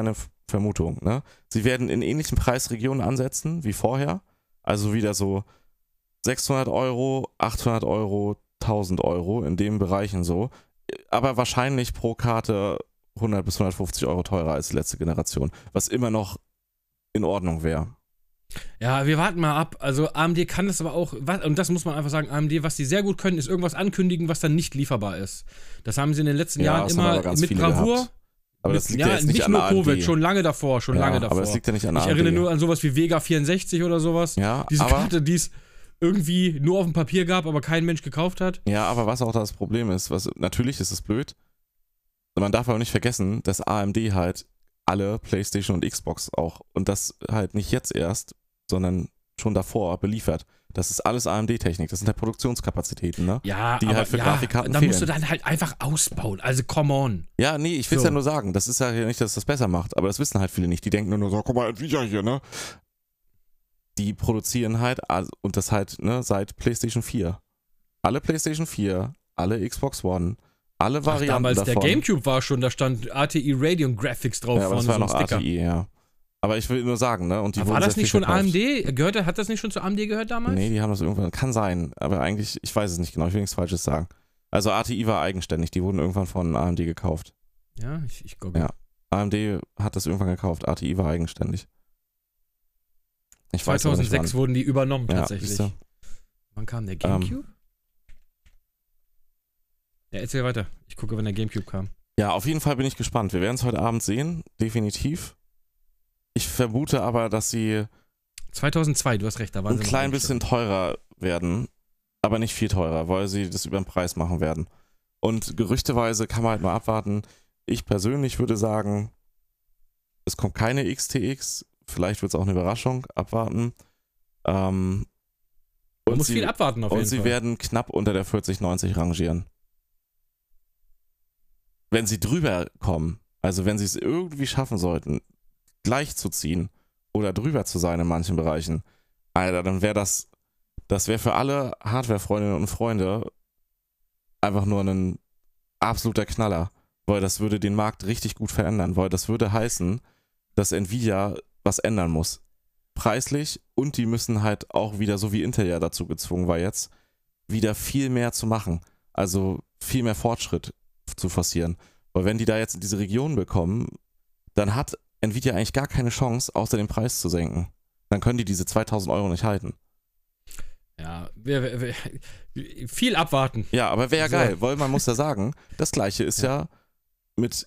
Vermutung, ne? Sie werden in ähnlichen Preisregionen ansetzen wie vorher. Also wieder so 600 Euro, 800 Euro, 1000 Euro in den Bereichen so. Aber wahrscheinlich pro Karte 100 bis 150 Euro teurer als die letzte Generation. Was immer noch in Ordnung wäre. Ja, wir warten mal ab. Also AMD kann das aber auch, und das muss man einfach sagen, AMD, was die sehr gut können, ist irgendwas ankündigen, was dann nicht lieferbar ist. Das haben sie in den letzten Jahren immer mit Bravour. Gehabt. Aber das liegt ja jetzt nicht an nur AMD. Covid, schon lange davor. Aber das liegt ja nicht an AMD. Ich erinnere nur an sowas wie Vega 64 oder sowas. Ja, diese Karte, die es irgendwie nur auf dem Papier gab, aber kein Mensch gekauft hat. Ja, aber was auch das Problem ist, natürlich ist es blöd, man darf aber nicht vergessen, dass AMD halt alle PlayStation und Xbox auch, und das halt nicht jetzt erst, sondern schon davor beliefert. Das ist alles AMD-Technik, das sind halt Produktionskapazitäten, ne? Ja, die aber halt für Grafikkarten dann fehlen. musst du dann halt einfach ausbauen, also come on. Ja, nee, ich will es ja nur sagen, das ist ja nicht, dass das besser macht, aber das wissen halt viele nicht, die denken nur so, guck mal, Nvidia hier, ne? Die produzieren halt, und das halt, ne, seit PlayStation 4. Alle PlayStation 4, alle Xbox One, alle Varianten damals davon. Der Gamecube war schon, da stand ATI Radeon Graphics drauf. Ja, aber das war noch ATI, ja. Aber ich will nur sagen, ne, und die war das nicht schon AMD? Hat das nicht schon zu AMD gehört damals? Nee, die haben das irgendwann, kann sein, aber eigentlich, ich weiß es nicht genau, ich will nichts Falsches sagen. Also ATI war eigenständig, die wurden irgendwann von AMD gekauft. Ja, ich glaube. Ja, AMD hat das irgendwann gekauft, ATI war eigenständig. Ich 2006 wurden die übernommen tatsächlich. Ja, wann kam der Gamecube? Ja, erzähl weiter. Ich gucke, wann der Gamecube kam. Ja, auf jeden Fall bin ich gespannt. Wir werden es heute Abend sehen, definitiv. Ich vermute aber, dass sie 2002, du hast recht, da waren sie ein klein bisschen teurer werden, aber nicht viel teurer, weil sie das über den Preis machen werden. Und gerüchteweise kann man halt mal abwarten. Ich persönlich würde sagen, es kommt keine XTX, vielleicht wird es auch eine Überraschung, abwarten. Man muss viel abwarten auf jeden Fall. Und sie werden knapp unter der 4090 rangieren. Wenn sie drüber kommen, also wenn sie es irgendwie schaffen sollten, gleich zu ziehen oder drüber zu sein in manchen Bereichen, Alter, dann wäre das wäre für alle Hardware-Freundinnen und Freunde einfach nur ein absoluter Knaller, weil das würde den Markt richtig gut verändern, weil das würde heißen, dass Nvidia was ändern muss. Preislich, und die müssen halt auch wieder, so wie Intel ja dazu gezwungen war jetzt, wieder viel mehr zu machen. Also viel mehr Fortschritt zu forcieren. Weil wenn die da jetzt in diese Region bekommen, dann hat Nvidia eigentlich gar keine Chance, außer den Preis zu senken. Dann können die diese 2000 Euro nicht halten. Ja, viel abwarten. Ja, aber wäre ja geil, weil man muss ja sagen, das Gleiche ist ja mit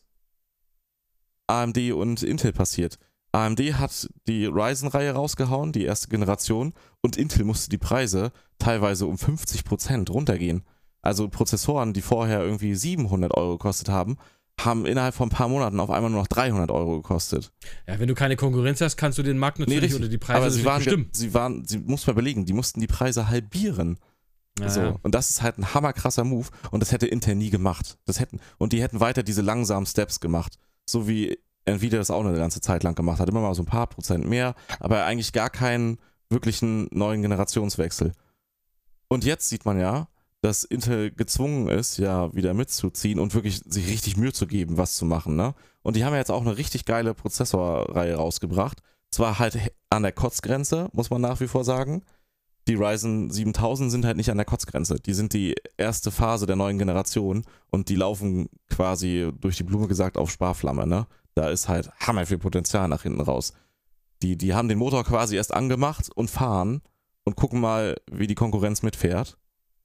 AMD und Intel passiert. AMD hat die Ryzen-Reihe rausgehauen, die erste Generation, und Intel musste die Preise teilweise um 50% runtergehen. Also Prozessoren, die vorher irgendwie 700 Euro gekostet haben, haben innerhalb von ein paar Monaten auf einmal nur noch 300 Euro gekostet. Ja, wenn du keine Konkurrenz hast, kannst du den Markt natürlich oder die Preise bestimmen. Sie muss man belegen, die mussten die Preise halbieren. Ja, so. ja. Und das ist halt ein hammerkrasser Move, und das hätte Intel nie gemacht. Und die hätten weiter diese langsamen Steps gemacht. So wie Nvidia das auch eine ganze Zeit lang gemacht hat. Immer mal so ein paar Prozent mehr, aber eigentlich gar keinen wirklichen neuen Generationswechsel. Und jetzt sieht man ja, dass Intel gezwungen ist, ja wieder mitzuziehen und wirklich sich richtig Mühe zu geben, was zu machen, ne? Und die haben ja jetzt auch eine richtig geile Prozessorreihe rausgebracht. Zwar halt an der Kotzgrenze, muss man nach wie vor sagen. Die Ryzen 7000 sind halt nicht an der Kotzgrenze. Die sind die erste Phase der neuen Generation und die laufen quasi, durch die Blume gesagt, auf Sparflamme, ne? Da ist halt hammer viel Potenzial nach hinten raus. Die haben den Motor quasi erst angemacht und fahren und gucken mal, wie die Konkurrenz mitfährt.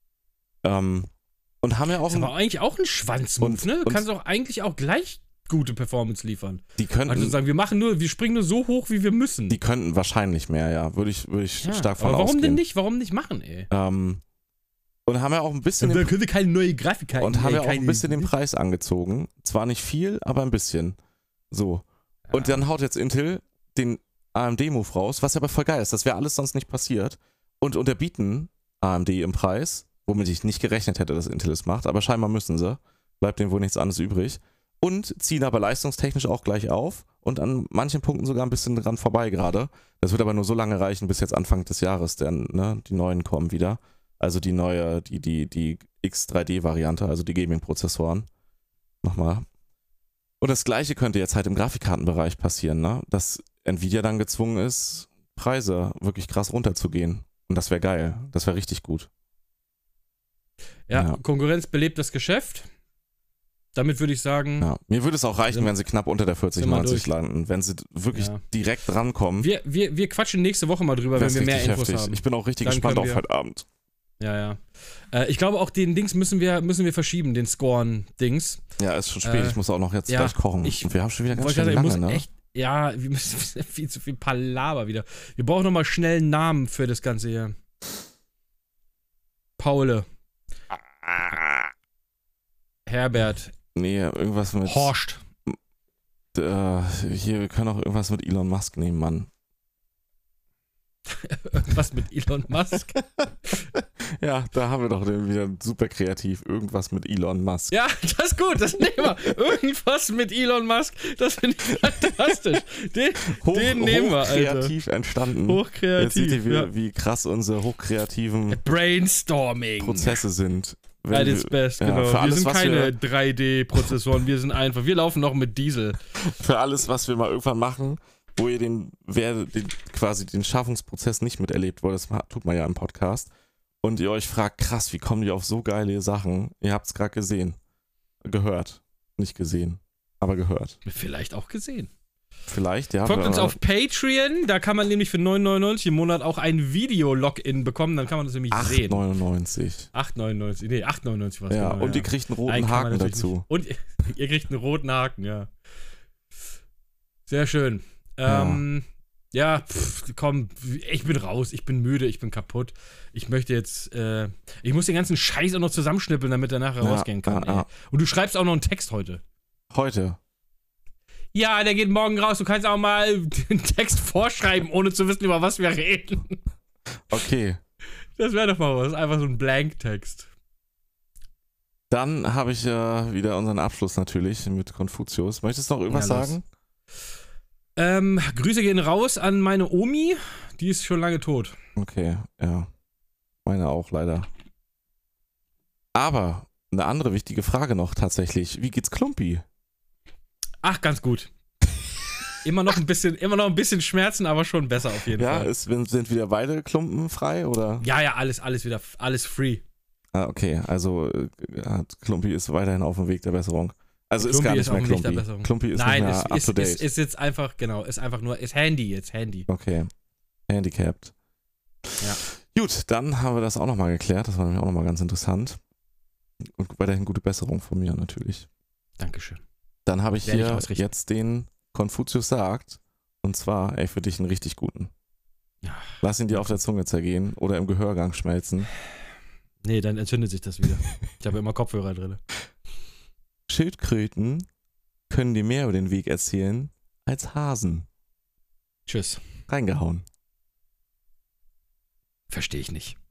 Und haben ja auch. Das ist aber eigentlich auch ein Schwanzmove, ne? Du kannst doch eigentlich auch gleich gute Performance liefern. Die könnten. Also sagen, wir springen nur so hoch, wie wir müssen. Die könnten wahrscheinlich mehr, ja. Würde ich stark von aber ausgehen. Denn nicht? Warum nicht machen, ey? Und haben ja auch ein bisschen. Dann können wir keine neue Grafikkarten. Und haben ja auch ein bisschen den Preis angezogen. Zwar nicht viel, aber ein bisschen. So. Ja. Und dann haut jetzt Intel den AMD-Move raus, was aber voll geil ist. Das wäre alles sonst nicht passiert. Und unterbieten AMD im Preis, womit ich nicht gerechnet hätte, dass Intel es macht, aber scheinbar müssen sie. Bleibt denen wohl nichts anderes übrig. Und ziehen aber leistungstechnisch auch gleich auf und an manchen Punkten sogar ein bisschen dran vorbei gerade. Das wird aber nur so lange reichen, bis jetzt Anfang des Jahres, denn ne, die neuen kommen wieder. Also die neue, die X3D-Variante, also die Gaming-Prozessoren. Nochmal. Und das Gleiche könnte jetzt halt im Grafikkartenbereich passieren, ne? Dass Nvidia dann gezwungen ist, Preise wirklich krass runterzugehen. Und das wäre geil. Das wäre richtig gut. Ja, Konkurrenz belebt das Geschäft. Damit würde ich sagen... Ja. Mir würde es auch reichen, wenn sie knapp unter der 4090 landen. Wenn sie wirklich direkt rankommen. Wir quatschen nächste Woche mal drüber, wenn wir mehr Infos haben. Ich bin auch richtig gespannt auf heute Abend. Ja. Ich glaube auch, den Dings müssen wir verschieben, den Scorn-Dings. Ja, ist schon spät. Ich muss auch noch jetzt gleich kochen. Und wir haben schon wieder ganz schön lange, ne? Wir müssen viel zu viel Palaver wieder. Wir brauchen nochmal schnell einen Namen für das Ganze hier. Paule. Herbert. Nee, irgendwas mit... Horst. Hier, wir können auch irgendwas mit Elon Musk nehmen, Mann. Irgendwas mit Elon Musk? Ja, da haben wir doch wieder super kreativ. Irgendwas mit Elon Musk. Ja, das ist gut, das nehmen wir. Irgendwas mit Elon Musk, das finde ich fantastisch. Den nehmen wir, Alter. Hochkreativ entstanden. Hochkreativ. Jetzt seht ihr, wie krass unsere hochkreativen Brainstorming Prozesse sind. At its best, genau. Wir sind keine 3D-Prozessoren, wir laufen noch mit Diesel. Für alles, was wir mal irgendwann machen, wo ihr quasi den Schaffungsprozess nicht miterlebt, weil das tut man ja im Podcast, und ihr euch fragt, krass, wie kommen die auf so geile Sachen? Ihr habt es gerade gesehen. Gehört. Nicht gesehen, aber gehört. Vielleicht auch gesehen. Vielleicht, ja. Folgt uns auf Patreon, da kann man nämlich für 9,99 im Monat auch ein Video-Login bekommen, dann kann man das nämlich sehen. 8,99. 8,99 war es. Ja, genau, und ihr kriegt einen roten Haken dazu. Nicht. Und ihr kriegt einen roten Haken, ja. Sehr schön. Komm, ich bin raus, ich bin müde, ich bin kaputt. Ich möchte jetzt, ich muss den ganzen Scheiß auch noch zusammenschnippeln, damit er nachher rausgehen kann. Und du schreibst auch noch einen Text heute. Heute? Ja, der geht morgen raus. Du kannst auch mal den Text vorschreiben, ohne zu wissen, über was wir reden. Okay. Das wäre doch mal was. Einfach so ein Blank-Text. Dann habe ich wieder unseren Abschluss natürlich mit Konfuzius. Möchtest du noch irgendwas sagen? Grüße gehen raus an meine Omi. Die ist schon lange tot. Okay, ja. Meine auch leider. Aber eine andere wichtige Frage noch tatsächlich. Wie geht's Klumpi? Ach, ganz gut. Immer noch ein bisschen Schmerzen, aber schon besser auf jeden Fall. Ja, sind wieder beide Klumpen frei, oder? Ja, alles wieder, alles free. Ah, okay, also Klumpi ist weiterhin auf dem Weg der Besserung. Also Klumpi ist gar nicht mehr Klumpi. Klumpi ist Nein, nicht mehr up to date. ist jetzt einfach, genau, ist Handy. Okay, handicapped. Ja. Gut, dann haben wir das auch nochmal geklärt. Das war nämlich auch nochmal ganz interessant. Und weiterhin gute Besserung von mir natürlich. Dankeschön. Dann habe ich hier jetzt den Konfuzius sagt, und zwar, für dich einen richtig guten. Ja. Lass ihn dir auf der Zunge zergehen oder im Gehörgang schmelzen. Nee, dann entzündet sich das wieder. Ich habe immer Kopfhörer drin. Schildkröten können dir mehr über den Weg erzählen als Hasen. Tschüss. Reingehauen. Verstehe ich nicht.